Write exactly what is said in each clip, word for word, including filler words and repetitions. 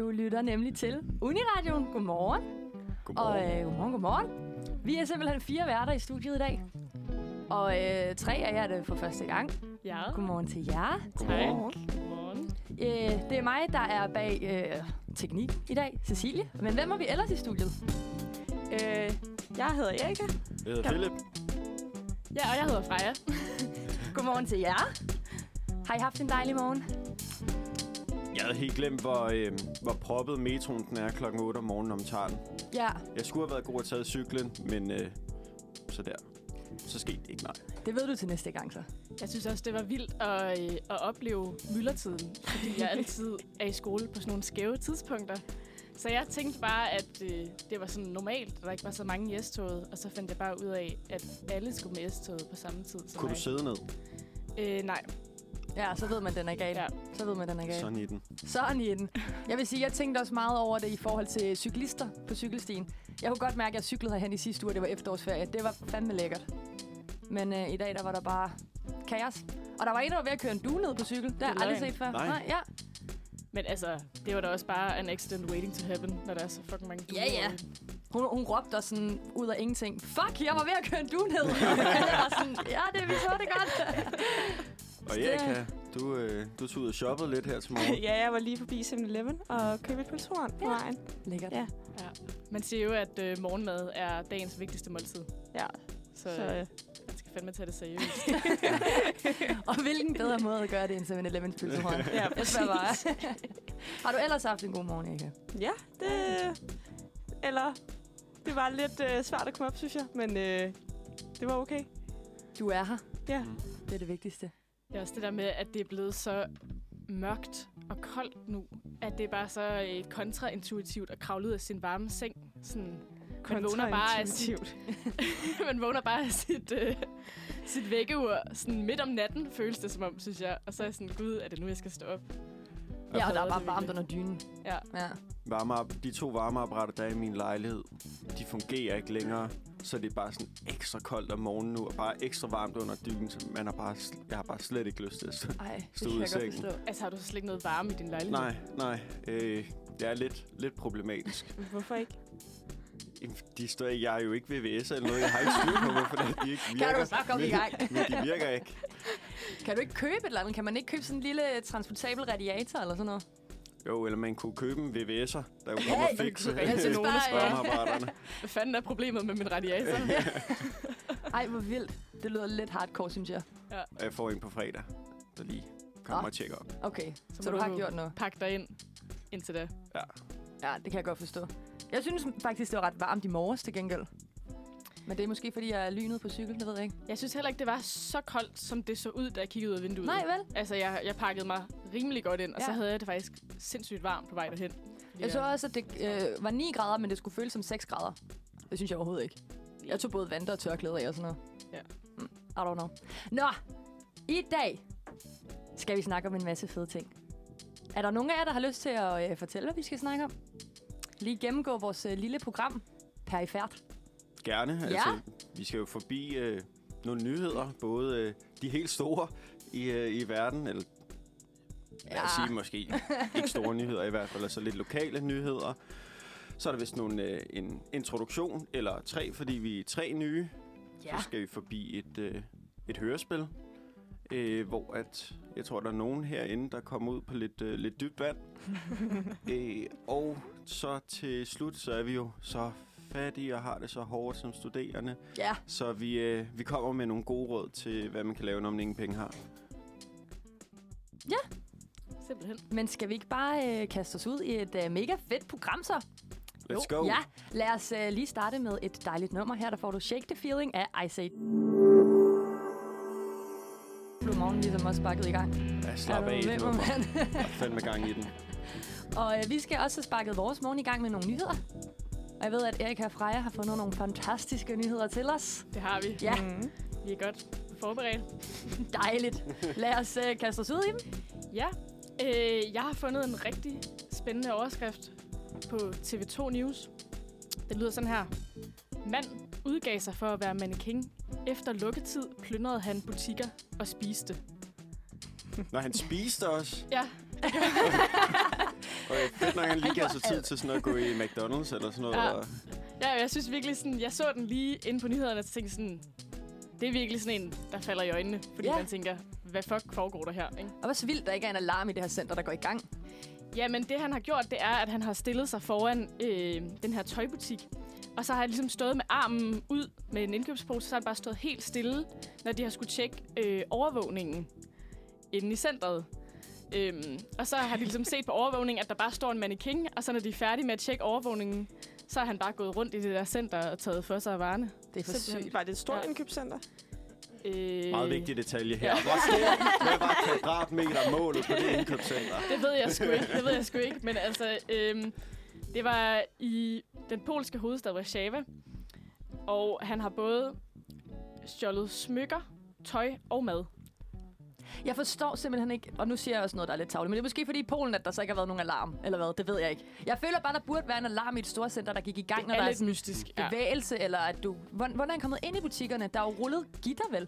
Du lytter nemlig til Uniradioen. Godmorgen. Godmorgen. Og øh, godmorgen, godmorgen. Vi er simpelthen fire værter i studiet i dag. Og øh, tre af jer er det for første gang. Ja. Godmorgen til jer. Godmorgen. Godmorgen. Øh, det er mig, der er bag øh, teknik i dag, Cecilie. Men hvem er vi ellers i studiet? Øh, jeg hedder Erika. Jeg hedder Philip. Ja, og jeg hedder Freja. Godmorgen til jer. Har I haft en dejlig morgen? Jeg havde helt glemt, hvor, øh, hvor proppet metroen den er klokken otte om morgenen om tagen. Ja. Jeg skulle have været god at tage cyklen, men øh, så der. Så skete det ikke, nej. Det ved du til næste gang, så. Jeg synes også, det var vildt at, øh, at opleve myldretiden, fordi jeg altid er i skole på sådan nogle skæve tidspunkter. Så jeg tænkte bare, at øh, det var sådan normalt, at der ikke var så mange i S-toget, og så fandt jeg bare ud af, at alle skulle med S-toget på samme tid som Kunne mig. du sidde ned? Øh, nej. Ja, så ved man, den er gal. Ja. Så ved man, den er gal. Sådan i den. Sådan i den. Jeg vil sige, jeg tænkte også meget over det i forhold til cyklister på cykelstien. Jeg kunne godt mærke, at jeg cyklede herhen i sidste uge, det var efterårsferie. Det var fandme lækkert. Men øh, i dag, der var der bare kaos. Og der var en, der var ved at køre en due ned på cykel. Det har jeg aldrig set før. Nej. Nej, ja. Men altså, det var da også bare an accident waiting to happen, når der er så fucking mange duer. Ja, ja. Hun, hun råbte også sådan ud af ingenting. Fuck, jeg var ved at køre en due ned. Jeg var sådan, ja, det vi så det godt. Og Erika, du, øh, du tog ud og shoppede lidt her til morgen. Ja, jeg var lige forbi syv eleven og købte et pølsehorn på vejen. Lækkert. Ja. Ja. Man siger jo, at øh, morgenmad er dagens vigtigste måltid. Ja. Så, Så, øh, øh. man skal fandme tage det seriøst. Og hvilken bedre måde at gøre det end syv eleven pølsehorn. Ja, Jeg spørger bare. Har du ellers haft en god morgen, Erika? Ja, det... Eller... Det var lidt øh, svært at komme op, synes jeg. Men øh, det var okay. Du er her. Ja. Mm. Det er det vigtigste. Det er også det der med, at det er blevet så mørkt og koldt nu, at det er bare så øh, kontraintuitivt at kravle ud af sin varme seng. Sådan, man vågner bare af sit, man vågner bare af sit, øh, sit vækkeur sådan midt om natten, føles det som om, synes jeg. Og så er jeg sådan, gud, er det nu, jeg skal stå op? Ja, og der er hader bare det varmt virkelig. under dynen. Ja. Ja. Varme, de to varmeapparater, der er i min lejlighed, de fungerer ikke længere. Så det er bare sådan ekstra koldt om morgenen nu, og bare ekstra varmt under dynen. Så man har bare, jeg har bare slet ikke lyst til at stå, Ej, det stå kan ud jeg af godt sengen. forstå. Altså, har du så slet ikke noget varme i din lejlighed? Nej, nej. Øh, det er lidt, lidt problematisk. Hvorfor ikke? De står, jeg er jo ikke V V S eller noget. Jeg har ikke styr på, hvorfor det, de ikke virker. Kan du så komme i gang? Men, men de virker ikke. Kan du ikke købe et eller andet? Kan man ikke købe sådan en lille transportabel radiator eller sådan noget? Jo, eller man kunne købe en V V S'er, der jo Ja, kommer og jeg fikse kunne ringe til nogen, der spørger. varmeapparaterne. Hvad fanden er problemet med min radiator? Ej, hvor vildt. Det lyder lidt hardcore, synes jeg. Ja. Og jeg får en på fredag, der lige kommer Nå. og tjekker op. Okay, så, Så så må du har du- gjort noget. Pak dig ind indtil da. Ja. Ja, det kan jeg godt forstå. Jeg synes faktisk, det var ret varmt i morges til gengæld. Men det er måske, fordi jeg er lynet på cykel, det ved jeg ikke. Jeg synes heller ikke, det var så koldt, som det så ud, da jeg kiggede ud af vinduet. Nej, vel? Altså, jeg, jeg pakkede mig rimelig godt ind, og Ja. så havde jeg det faktisk sindssygt varmt på vej derhen. Jeg så også, at det øh, var ni grader, men det skulle føles som seks grader. Det synes jeg overhovedet ikke. Jeg tog både vand og tørklæder af og sådan noget. Ja. Mm, I don't know. Nå, i dag skal vi snakke om en masse fede ting. Er der nogen af jer, der har lyst til at øh, fortælle, hvad vi skal snakke om? Lige gennemgå vores øh, lille program, perifert. Gerne. Ja. Altså, vi skal jo forbi øh, nogle nyheder, både øh, de helt store i, øh, i verden, eller lad os Ja. sige måske ikke store nyheder i hvert fald, altså lidt lokale nyheder. Så er der vist nogle, øh, en introduktion, eller tre, fordi vi er tre nye. Ja. Så skal vi forbi et, øh, et hørespil, øh, hvor at, jeg tror, der er nogen herinde, der kommer ud på lidt, øh, lidt dybt vand. øh, og så til slut, så er vi jo så fattige og har det så hårdt som studerende. Ja. Så vi, øh, vi kommer med nogle gode råd til, hvad man kan lave, når man ingen penge har. Simpelthen. Men skal vi ikke bare øh, kaste os ud i et øh, mega fedt program så? Let's go! Ja, lad os øh, lige starte med et dejligt nummer her. Der får du Shake the Feeling af Ice Age. Blue Morgen ligesom også sparket i gang. Ja, slap Er af. du med Det var mig, bare mand? fandme gang i den. Og øh, vi skal også have sparket vores morgen i gang med nogle nyheder. Og jeg ved, at Erika og Freja har fundet nogle fantastiske nyheder til os. Det har vi. Ja, Mm. Vi er godt forberedt. dejligt. Lad os øh, kaste os ud i dem. Ja, øh, jeg har fundet en rigtig spændende overskrift på T V to News. Det lyder sådan her. Mand udgav sig for at være mannequin. Efter lukketid plyndrede han butikker og spiste. Når han spiste også. Ja, Okay, fedt nok, han lige gav sig tid til sådan at gå i McDonald's eller sådan noget. Ja. Og... Ja, jeg synes virkelig sådan, jeg så den lige inde på nyhederne, og tænkte sådan, det er virkelig sådan en, der falder i øjnene, fordi Ja. man tænker, hvad fuck foregår der her, ikke? Og hvor så vildt, der ikke er en alarm i det her center, der går i gang. Ja, men det han har gjort, det er, at han har stillet sig foran øh, den her tøjbutik. Og så har han ligesom stået med armen ud med en indkøbspose, så har han bare stået helt stille, når de har skulle tjekke øh, overvågningen inde i centret. Øhm, og så har de ligesom set på overvågningen, at der bare står en mannequin, og så når de er færdige med at tjekke overvågningen, så har han bare gået rundt i det der center og taget for sig af varerne. Det er for Simpelthen. sygt. Var det et stort Ja. indkøbscenter? Øh, Meget vigtig detalje her. Ja. Hvor stor, hvad var kvadratmeter målet på det indkøbscenter? Det ved jeg sgu ikke, det ved jeg sgu ikke, men altså, øhm, det var i den polske hovedstad Warszawa, og han har både stjålet smykker, tøj og mad. Jeg forstår simpelthen ikke, og nu siger jeg også noget, der er lidt tavligt, men det er måske fordi i Polen, at der så ikke har været nogen alarm, eller hvad, det ved jeg ikke. Jeg føler bare, der burde være en alarm i et stort center, der gik i gang, Det når er der er lidt sådan mystisk, ja. bevægelse, eller at du... Hvordan, hvordan er han kommet ind i butikkerne? Der er jo rullet gitter, vel?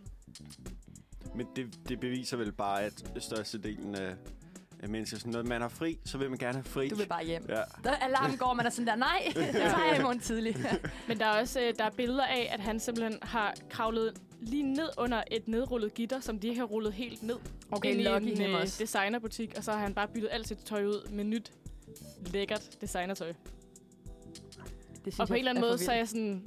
Men det, det beviser vel bare, at størstedelen af, af mennesker sådan noget, man har fri, så vil man gerne have fri. Du vil bare hjem. Ja. Der alarmen går, man er sådan der, nej, det tager jeg i morgen tidlig. Men der er også øh, der er billeder af, at han simpelthen har kravlet lige ned under et nedrullet gitter, som de ikke har rullet helt ned. Okay, ind i lucky en him øh, også. designerbutik, og så har han bare byttet alt sit tøj ud med nyt, lækkert designertøj. Det synes Og på en jeg eller anden er måde, for så er jeg sådan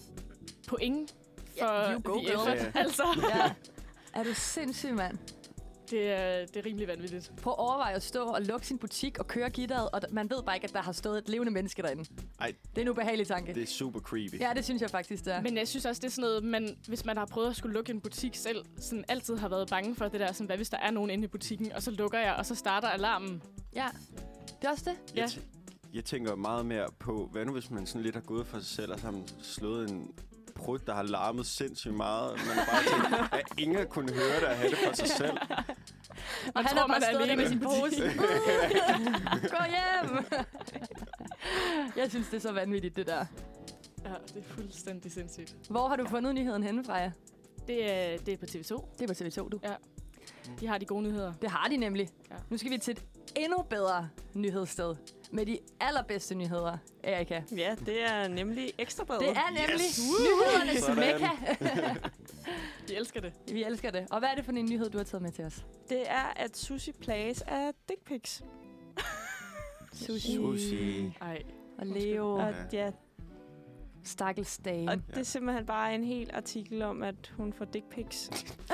point for Ja, you go, the girl. effort. Ja. Altså, vildt. Ja. Er du sindssyg, mand? det er, det er rimelig vanvittigt. Prøv at overveje at stå og lukke sin butik og køre gitteret, og man ved bare ikke, at der har stået et levende menneske derinde. Ej. Det er en ubehagelig tanke. Det er super creepy. Ja, det synes jeg faktisk, det er. Men jeg synes også, det er sådan noget, man, hvis man har prøvet at skulle lukke en butik selv, sådan altid har været bange for det der, sådan, hvad hvis der er nogen inde i butikken, og så lukker jeg, og så starter alarmen. Ja, det er også det. Jeg, Ja. t- jeg tænker meget mere på, hvad nu hvis man sådan lidt har gået for sig selv, og så har man slået en prut, der har larmet sindssygt meget. Man har bare tænkt, at ingen kunne høre det og have det for sig selv. Og Man han tror, har bare man er stået der alene med sin i pose. Gå hjem! Jeg synes, det er så vanvittigt, det der. Ja, det er fuldstændig sindssygt. Hvor har du fundet nyheden henne, Freja? Det er, det er på T V to. Det er på T V to, du. De har de gode nyheder. Det har de nemlig. Ja. Nu skal vi til et endnu bedre nyhedssted. Med de allerbedste nyheder, Erika. Ja, det er nemlig Ekstrabladet. Det er nemlig Yes! nyhedernes Sådan. mekka. De elsker det. Vi elsker det. Og hvad er det for en nyhed, du har taget med til os? Det er, at Sushi plages af dick pics. Sushi. Sushi. Ej. Og Leo. Og ja, Stakkels dame. og det er simpelthen bare en hel artikel om, at hun får dick pics.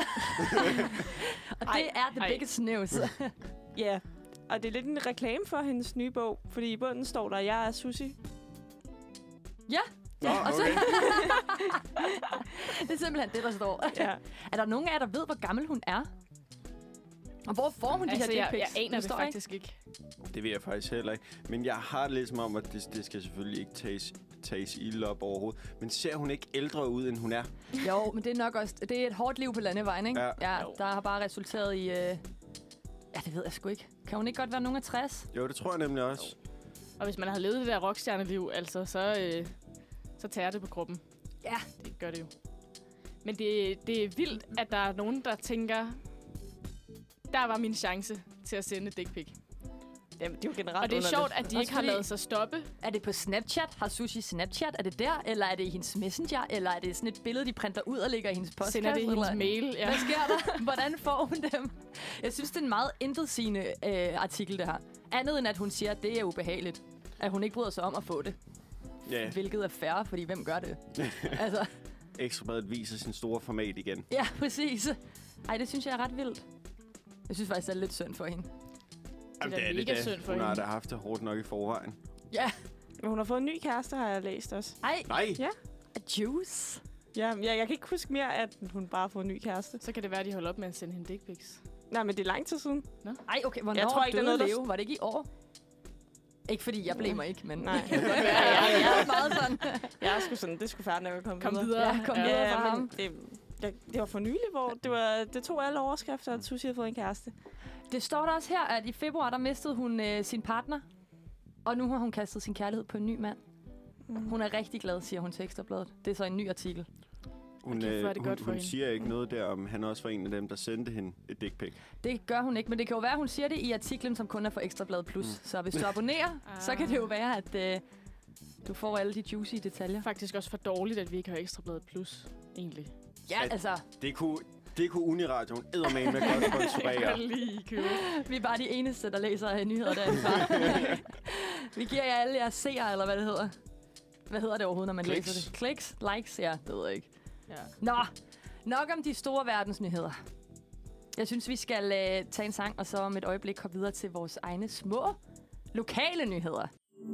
Og det er the Ej. biggest news. Ja, og det er lidt en reklame for hendes nye bog, fordi i bunden står der, jeg er Sushi. Ja. Nå, Og så- okay. Det er simpelthen det, der står. Ja. Er der nogen af jer, der ved, hvor gammel hun er? Og hvor får hun Altså, de her jeg, dick jeg pics? aner det står faktisk ikke. Det ved jeg faktisk heller ikke. Men jeg har det lidt som om, at det, det skal selvfølgelig ikke tages, tages ilde op overhovedet. Men ser hun ikke ældre ud, end hun er? Ikke? Jo, men det er nok også... Det er et hårdt liv på landevejen, ikke? Ja. ja Jo. der har bare resulteret i... Øh... Ja, det ved jeg sgu ikke. Kan hun ikke godt være nogen af tres? Jo, det tror jeg nemlig også. Og hvis man har levet det der rockstjerneliv, altså, så, øh, så tager det på kroppen. Ja. Det gør det jo. Men det, det er vildt, at der er nogen, der tænker, der var min chance til at sende dick pic. Jamen, det er jo generelt Og det er underligt. sjovt, at de Også ikke har fordi- lavet sig stoppe. Er det på Snapchat? Har Sushi Snapchat? Er det der? Eller er det i hendes Messenger? Eller er det sådan et billede, de printer ud og lægger i hendes postkasse? Sender det i hendes eller? mail. Ja. Hvad sker der? Hvordan får hun dem? Jeg synes, det er en meget intetsigende øh, artikel, det her. Andet end, at hun siger, at det er ubehageligt. At hun ikke bryder sig om at få det. Ja, Hvilket er fair, fordi hvem gør det? altså, Ekstrabladet viser sin store format igen. ja, præcis. Ej, det synes jeg er ret vildt. Jeg synes faktisk, det er lidt synd for hende. Det er da mega synd for Hun har hende. da haft det hårdt nok i forvejen. Ja. Men hun har fået en ny kæreste, har jeg læst også. Ej, Nej! Ja. juice. Ja, jeg, jeg kan ikke huske mere, at hun bare har fået en ny kæreste. Så kan det være, at de holder op med at sende hende dick pics. Nej, men det er lang tid siden. Ej, okay, hvornår Jeg tror ikke, det er døde noget, der- Leo? Var det ikke i år? Ikke fordi jeg blamer ikke, men... Nej. det kan godt være. Jeg, jeg er meget sådan. Jeg er sgu sådan, det skulle færdigt nok at komme Kom videre. videre. Ja, kom Ja. videre Ja, fra men ham. det, jeg, det var for nylig, hvor det, var, det tog alle overskrifter, at Sushi har fået en kæreste. Det står der også her, at i februar, der mistede hun øh, sin partner. Og nu har hun kastet sin kærlighed på en ny mand. Mm. Hun er rigtig glad, siger hun til Ekstrabladet. Det er så en ny artikel. Hun, Okay, øh, hvor er det hun, godt for hun hende. siger ikke noget der, om han også var en af dem, der sendte hende et dick pic. Det gør hun ikke, men det kan jo være, at hun siger det i artiklen, som kun er for Ekstrabladet Plus. Mm. Så hvis du abonnerer, Ah. så kan det jo være, at øh, du får alle de juicy detaljer. Faktisk også for dårligt, at vi ikke har Ekstrabladet Plus, egentlig. Ja, At- altså, Det kunne, det kunne Uniradioen eddermame med godt Jeg sponsorere. kan lige købe. vi er bare de eneste, der læser uh, nyheder derindefra. Vi giver jer alle jeres seere, eller hvad det hedder. Hvad hedder det overhovedet, når man Kliks. læser det? Kliks? Likes? Ja, det ved jeg ikke. Ja. Nå, nok om de store verdensnyheder. Jeg synes, vi skal uh, tage en sang, og så om et øjeblik komme videre til vores egne små lokale nyheder.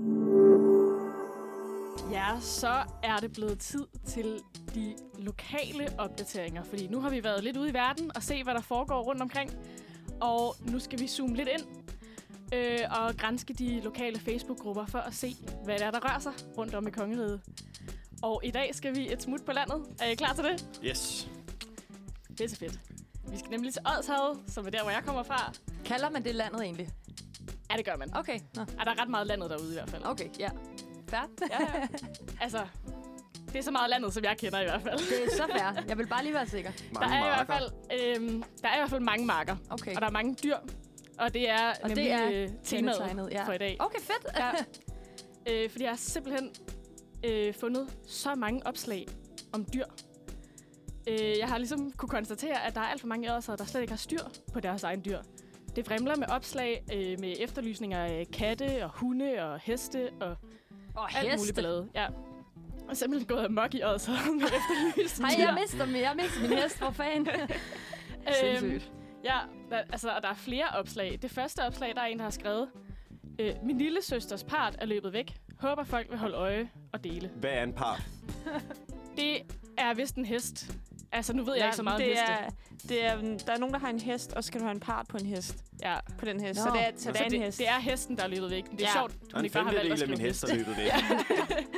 Ja, så er det blevet tid til de lokale opdateringer. Fordi nu har vi været lidt ude i verden og se, hvad der foregår rundt omkring. Og nu skal vi zoome lidt ind øh, og granske de lokale Facebook-grupper for at se, hvad der er, der rører sig rundt om i kongeriget. Og i dag skal vi et smut på landet. Er I klar til det? Yes. Det er så fedt. Vi skal nemlig til Odshavet, som er der, hvor jeg kommer fra. Kalder man det landet egentlig? Ja, det gør man. Okay, nå. Er der er ret meget landet derude i hvert fald. Okay, ja. Fair. Ja, ja. Altså, det er så meget landet, som jeg kender i hvert fald. Det er så fair. Jeg vil bare lige være sikker. Der Mange er, i hvert marker. fald, øhm, der er i hvert fald mange marker, Okay. og der er mange dyr. Og det er Og nemlig det er øh, temaet kendetegnet, ja. for i dag. Okay, fedt. Ja. øh, fordi jeg har simpelthen øh, fundet så mange opslag om dyr. Øh, jeg har ligesom kunne konstatere, at der er alt for mange af der slet ikke har styr på deres egen dyr. Det vrimler med opslag øh, med efterlysninger af katte og hunde og heste og Og alt muligt ballade. Ja. Jeg er simpelthen gået amok i Odshavet med efterlysninger. Hej, jeg mister, min, jeg mister min hest. Hvor fanden? Sindssygt. Ja, der, altså, og der er flere opslag. Det første opslag, der er en, der har skrevet, øh, min lille søsters part er løbet væk. Håber folk vil holde øje og dele. Hvad er en part? Det er vist en hest. Altså, nu ved jeg ikke så meget om det heste. er, det er, der er nogen, der har en hest, og så skal du have en part på en hest. Ja. På den hest. Nå. Så det er, så Så det er en det, hest. det er hesten, der er løbet væk. Men det er Ja. sjovt, Og hun en ikke bare har valgt at femtedel af min skrive hest er hest. løbet væk.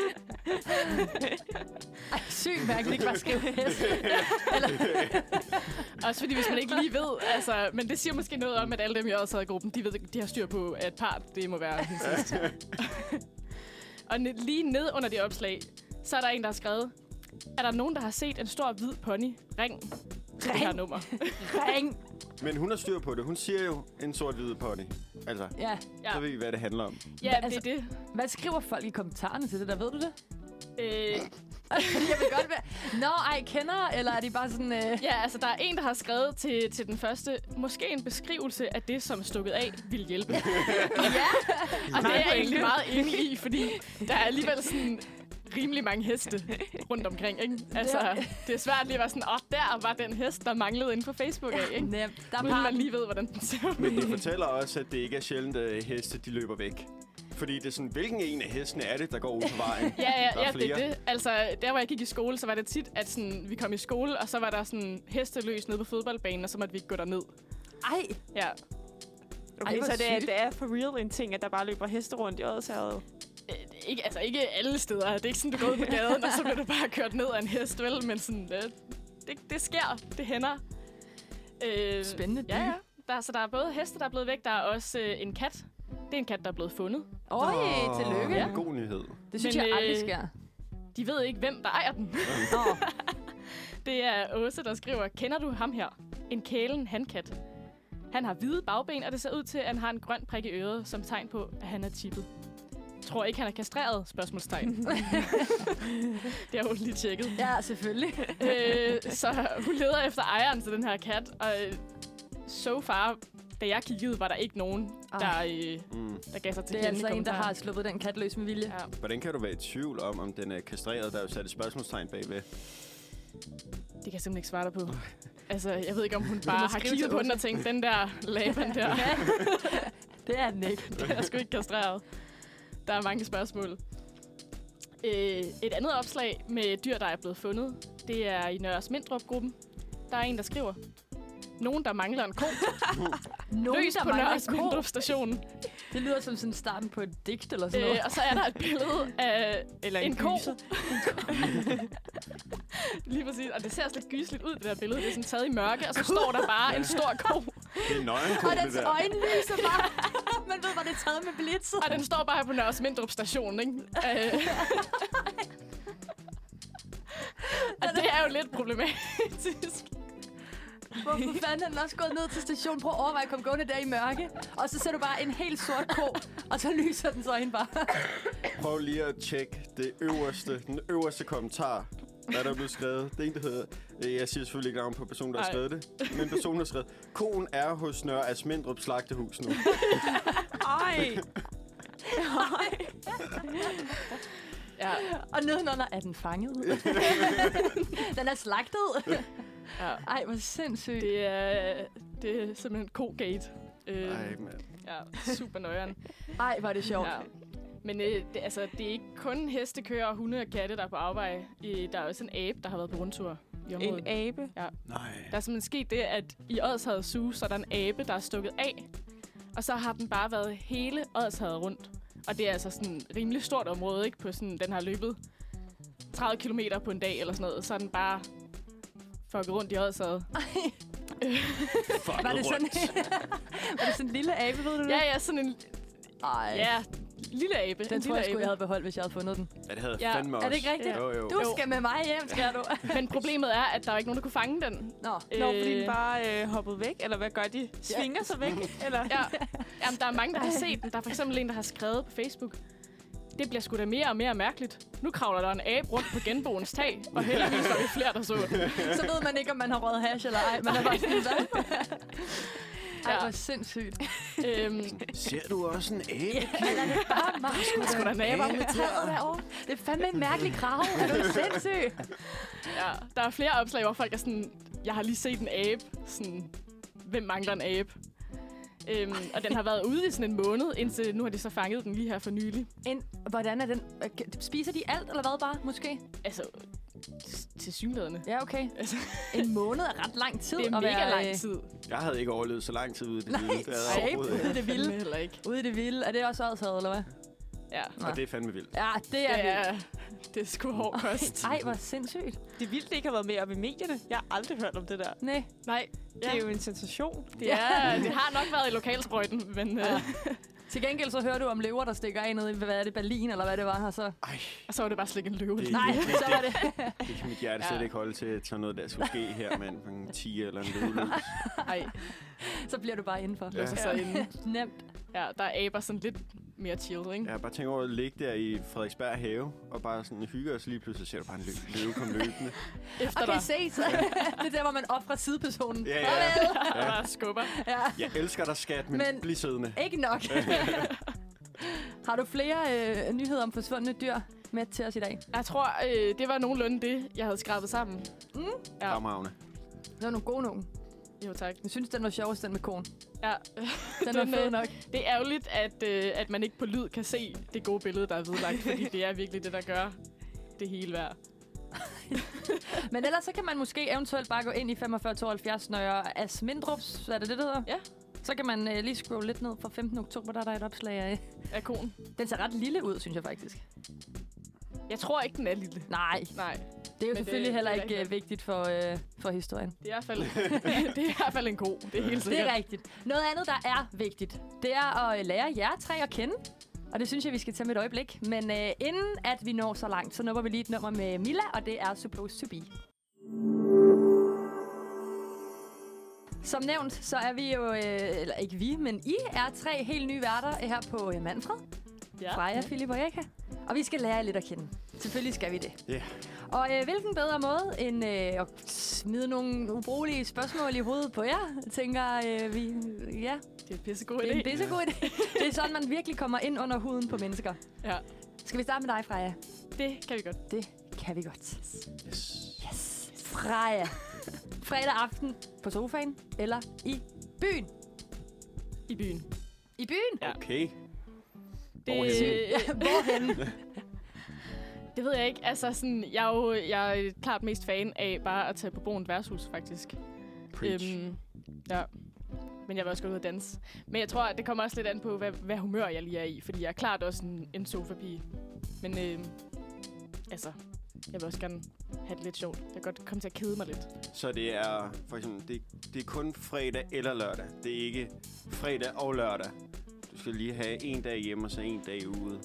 Ej, sygt mærkeligt. Ikke bare skrive hest. Også fordi, hvis man ikke lige ved, altså, men det siger måske noget om, at alle dem i Odshavet-gruppen, de ved, de har styr på, at part, det må være hendes hest. Og ne- lige ned under det opslag, så er der en, der har skrevet, er der nogen, der har set en stor hvid pony? Ring til det her nummer. Ring. Men hun har styr på det. Hun siger jo en sort-hvid pony. Altså, Ja. Ja, så ved vi, hvad det handler om. ja det Altså- er det. Hvad skriver folk i kommentarerne til det der? Ved du det? Øh, Fordi jeg vil godt være... Nå, ej, kender, eller er de bare sådan... Øh... ja, altså, der er en, der har skrevet til, til den første, måske en beskrivelse af det, som stukket af vil hjælpe. Ja. Og det er jeg egentlig meget enig i, fordi der er alligevel sådan rimelig mange heste rundt omkring, ikke? Altså, det er svært lige at være sådan, åh, oh, der var den hest, der manglede inde på Facebook af, ikke? Nemt. Der er Uden man parten. lige ved, hvordan den ser ud. Men det fortæller også, at det ikke er sjældent, at heste de løber væk. Fordi det er sådan, hvilken en af hestene er det, der går ud på vejen? Ja, Der ja, er ja, det flere. er det. Altså, der hvor jeg gik i skole, så var det tit, at sådan, vi kom i skole, og så var der sådan hesteløs nede på fodboldbanen, og så måtte vi ikke gå derned. Ej, Ja. Okay, Ej, hvor så det er, sygt. det er for real en ting, at der bare løber heste rundt i Odshavet. Øh, Ikke, altså ikke alle steder. Det er ikke sådan, du går ud på gaden, og så bliver du bare kørt ned af en hest, vel? Men sådan, øh, det, det sker. Det hænder. Øh, spændende dyr. Ja, ja. Der, så der er både heste, der er blevet væk. Der er også øh, en kat. Det er en kat, der er blevet fundet. Øj, Åh, tillykke. Ja. En god nyhed. Det synes Men, jeg aldrig øh, sker. De ved ikke, hvem der ejer den. Nå, Det er Åse, der skriver, kender du ham her? En kælen hankat. Han har hvide bagben, og det ser ud til, at han har en grøn prik i øret, som tegn på, at han er tippet. Tror ikke, han er kastreret? Spørgsmålstegn. Det har hun lige tjekket. ja, selvfølgelig. øh, så hun leder efter ejeren til den her kat, og øh, so far, da jeg kiggede, var der ikke nogen, der, øh, Mm. der gav sig til Det er kende i altså en, der kommentarer. har sluppet den kat løs med vilje. Ja. Hvordan kan du være i tvivl om, om den er kastreret? Der er jo sat et spørgsmålstegn bagved. Det kan jeg simpelthen ikke svare dig på. Altså, jeg ved ikke, om hun må bare har skrive kigget til på den Åse. og tænkt, den der Laban der, Ja. Det er den ikke. den er sgu ikke kastreret. Der er mange spørgsmål. Øh, et andet opslag med dyr, der er blevet fundet, det er i Nørres Mindrup-gruppen. Der er en, der skriver, nogen, der mangler en ko. Nogen, Løs der på mangler Nørres en ko. Mindrup-stationen. Det lyder som sådan starten på et digt eller sådan Øh, noget. og så er der et billede af Eller en en ko. gyser. Lige præcis. Og det ser også lidt gysligt ud, det der billede. Det er sådan taget i mørke, og så står der bare en stor ko. Det er nøgenko, Og det dens der. øjne lyser bare. Man ved, hvor det er taget med blitz. Og den står bare på Nørres Mindrup station, ikke? Øh, Og det er jo lidt problematisk. Hvorfor fanden er den også gået ned til stationen? Prøv at overveje at komme gående der i mørke. Og så ser du bare en helt sort ko, og så lyser den så ind bare. Prøv lige at tjekke det øverste, den øverste kommentar, hvad der er blevet skrevet. Det er en, der hedder... Jeg siger selvfølgelig ikke navn på personen, der har skrevet det. Men personen har skrevet, koen er hos Nørre Asmindrup Slagtehus nu. Ej. Ej. Ja. Og nedenunder er den fanget. Den er slagtet. Ja. Ej, hvor sindssygt. Det er, det er simpelthen ko-gate. Øh, Ej, mand. ja, super nøjeren. Ej, hvor er det sjovt. Ja. Men øh, det, altså, det er ikke kun hestekøer og hunde og katte, der er på afvej. Øh, der er også en abe, der har været på rundtur i området. En abe? Ja. Nej. Der er simpelthen sket det, at i Odsherred Zoo, så er der en abe, der er stukket af. Og så har den bare været hele Odsherred rundt. Og det er altså sådan et rimelig stort område, ikke? På sådan, den har løbet tredive kilometer på en dag eller sådan noget. Så er den bare fucket rundt i Odsherred. Var det sådan, var det sådan en lille abe, ved du det? Ja, ja, sådan en... Ej. Ja, lille abe. Den en tror lille jeg sgu, abe. jeg havde beholdt, hvis jeg havde fundet den. Ja, det havde Ja. fandme også. Er det ikke rigtigt? Jo, jo. Du Jo. skal med mig hjem, skal du. Men problemet er, at der er ikke nogen, der kunne fange den. Nå. Nå, fordi den bare øh, hoppede væk, eller hvad gør de? Svinger sig væk, eller? Ja. Jamen, der er mange, der har set den. Der er for eksempel en, der har skrevet på Facebook. Det bliver sgu da mere og mere mærkeligt. Nu kravler der en abe rundt på genboens tag, og heldigvis var vi flere, der så den. Så ved man ikke, om man har røget hash eller ej. Man er bare sådan, hvad? Ej, Ja. hvor sindssygt. Øhm, Ser du også en abe? Ja, det er bare mig. der er sgu da en abe op Med taget derovre. Det er fandme en mærkelig krav. Er du sindssyg? Ja, der er flere opslag, hvor folk er sådan, jeg har lige set en abe. Sådan, hvem mangler en abe? Øhm, og den har været ude i sådan en måned, indtil nu har de så fanget den lige her for nylig. En, hvordan er den? Spiser de alt, eller hvad bare, måske? Altså, til synlædende. Ja, okay. Altså, En måned er ret lang tid. det er at mega være, lang øh, tid. Jeg havde ikke overlevet så lang tid ude i det Nej, vilde. Det havde jeg abe overhovedet ude i ikke. det vilde. Fandme heller ikke. Ude i det vilde. Er det også Odsherred, eller hvad? Ja, Og det er fandme vildt. Ja, det det er vildt. er, det er sgu hård kost. Ej, hvor sindssygt. Det er vildt, det ikke har været med op i medierne. Jeg har aldrig hørt om det der. Nej. Nej, Det er jo en sensation. det, er, det har nok været i lokalsprøjten, men Ja. øh, Til gengæld så hører du om løver, der stikker af nede i, hvad er det, Berlin, eller hvad det var, og så... Ej, og så var det bare slet ikke en løve. Det- Nej, så var det... det kan mit hjerte slet Ja. ikke holde til sådan noget, der skulle ske her med en, en tiger eller en løveløs. Nej, så bliver du bare indenfor. låser sig inde. Nemt. Ja, der er aber sådan lidt mere chill, ikke? Jeg bare tænker over at ligge der i Frederiksberg have, og bare sådan hygge, og så lige pludselig ser du bare en lø- løve komme løbende. Efter Okay, dig. se, så det er der, hvor man offrer sidepersonen. Ja, ja. Farvel. Og bare skubber. Ja. Jeg elsker dig, skat, men, Men- men... bliv siddende. Ikke nok. Har du flere øh, nyheder om forsvundne dyr med til os i dag? Jeg tror, øh, det var nogenlunde det, jeg havde skrabet sammen. Mm. Ja. Fremragende. Det var nogle gode nogen. Jo, tak. Jeg synes, den var sjovest, den med konen. Ja. Den var Den, fed øh, nok. Det er ærgerligt, at, øh, at man ikke på lyd kan se det gode billede, der er vedlagt, fordi det er virkelig det, der gør det hele værd. Men ellers så kan man måske eventuelt bare gå ind i femogfyrre tooghalvfjerds Nørre Asmindrups. Er det det, det hedder? Ja. Så kan man øh, lige scrolle lidt ned fra femtende oktober, der er der et opslag af. Af konen. Den ser ret lille ud, synes jeg faktisk. Jeg tror ikke, den er lille. Nej, Nej, det er jo det- selvfølgelig det heller er ikke rigtigt. øh, vigtigt for, øh, for historien. det er i hvert fald, det er i hvert fald en ko. Det er helt Det sikkert. er rigtigt. Noget andet, der er vigtigt, det er at øh, lære jer tre at kende. Og det synes jeg, vi skal tage med et øjeblik. Men øh, inden at vi når så langt, så nupper vi lige et nummer med Milla, og det er Supposed to Be. Som nævnt, så er vi jo, øh, eller ikke vi, men I er tre helt nye værter her på øh, Manfred. Ja. Freja, Philip og Erika. Og vi skal lære jer lidt at kende. Selvfølgelig skal vi det. Ja. Yeah. Og øh, hvilken bedre måde end øh, at smide nogle ubrugelige spørgsmål i hovedet på jer, tænker øh, vi. Ja, Det er en pissegod det er en idé. pissegod idé. Det er sådan, man virkelig kommer ind under huden på mennesker. Ja, Skal vi starte med dig, Freja? det kan vi godt. Det kan vi godt. Yes. Yes. Freja. Fredag aften på sofaen eller i byen? I byen. I byen? Ja. Okay. Det, Hvorhenne? Hvorhen? det ved jeg ikke. Altså, sådan, jeg, er jo, jeg er klart mest fan af bare at tage på Broen værtshus, faktisk. Preach. Øhm, ja. Men jeg vil også gå ud og danse. Men jeg tror, at det kommer også lidt an på, hvad, hvad humør jeg lige er i. Fordi jeg er klart også en, en sofa-pige. Men øh, altså, jeg vil også gerne have det lidt sjovt. Jeg kan godt komme til at kede mig lidt. Så det er for eksempel, det, det er kun fredag eller lørdag. Det er ikke fredag og lørdag. Du skal lige have en dag hjemme og så en dag ude.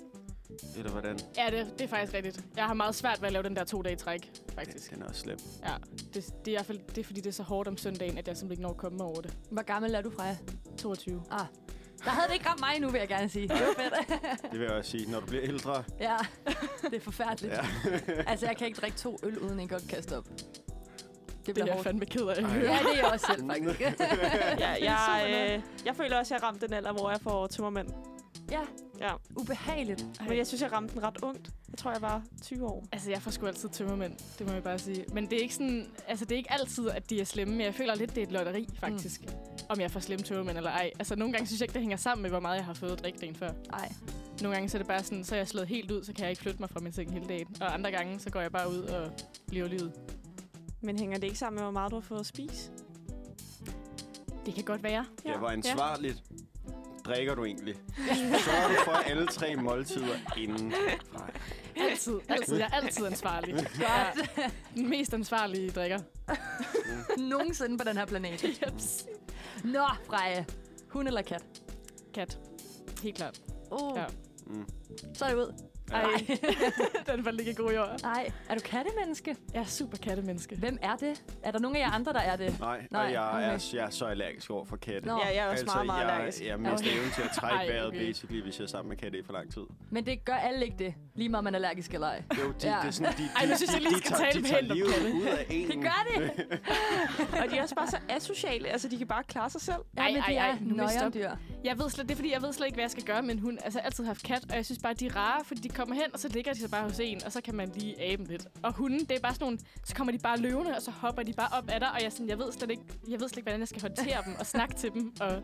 Eller hvordan? Ja, det, det er faktisk rigtigt. Jeg har meget svært ved at lave den der to dage træk, faktisk. Den er også slem. Ja, det, det er i hvert fald det er, fordi det er så hårdt om søndagen, at jeg simpelthen ikke når at komme mig over det. Hvor gammel er du, Freja? toogtyve. Ah, der havde det ikke ramt mig nu, vil jeg gerne sige. Det var fedt. Det vil jeg også sige. Når du bliver ældre... Ja, det er forfærdeligt. Ja. Altså, jeg kan ikke drikke to øl, uden en godt kaste op. Det Det er bliver jeg hårdt. fandme ked af. Ej. Ja, det er jeg også selv, faktisk. Ja, jeg, øh, jeg føler også, at jeg ramte den alder, hvor jeg får tømmermænd. Ja, Ja. ubehageligt. Men jeg synes, jeg ramte den ret ungt. Jeg tror, jeg var tyve år. Altså, jeg får sgu altid tømmermænd, det må jeg bare sige. Men det er ikke sådan, altså det er ikke altid, at de er slemme, men jeg føler lidt, det er et lotteri, faktisk. Mm. Om jeg får slemme tømmermænd eller ej. Altså, nogle gange synes jeg ikke, det hænger sammen med, hvor meget jeg har fået at drikke dagen før. Nej. Nogle gange så er det bare sådan, så er jeg slået helt ud, så kan jeg ikke flytte mig fra min seng hele dagen. Og andre gange, så går jeg bare ud og lever livet. Men hænger det ikke sammen med, hvor meget du har fået at spise? Det kan godt være. Ja, hvor ansvarligt drikker du egentlig? Sørger du for alle tre måltider inden? Nej. Altid, altid. Jeg er altid ansvarlig. Jeg er den mest ansvarlige drikker. Nogensinde på den her planet. Jeps. Nå, Freja. Hund eller kat? Kat. Helt klart. Uh, Ja. Mm. Så er det ud. Ej, den faldt ikke i god jord. Nej, er du kattemenneske? Jeg er super kattemenneske. Hvem er det? Er der nogen af jer andre, der er det? Nej, Nej, og jeg, okay. er, jeg er så allergisk over for katte. Nå. Ja, jeg er også meget, meget jeg, allergisk. jeg er mest Okay. evne til at trække Ej, vejret, okay. basically, hvis jeg er sammen med katte i for lang tid. Men det gør alle ikke det. Lige meget man er allergisk eller ej. Jo, de, Ja. det er sådan, de, de, Ej, nu synes jeg de, lige, de, vi skal tager- tale de tager pænt om livet katte. ud af en. Det gør det. Og de er også bare så asociale. Altså, de kan bare klare sig selv. Ja, Ej, men ej, de ej, er nu må I nøjeren stoppe. dyr. Jeg ved slet, det er fordi, jeg ved slet ikke, hvad jeg skal gøre med en hund. Altså, jeg har altid haft kat, og jeg synes bare, de er rare, fordi de kommer hen, og så ligger de så bare hos en, og så kan man lige abe dem lidt. Og hunden, det er bare sådan nogle, så kommer de bare løvende, og så hopper de bare op ad dig, og jeg, sådan, jeg ved slet ikke, jeg ved slet ikke, hvordan jeg skal håndtere dem og snakke til dem. Og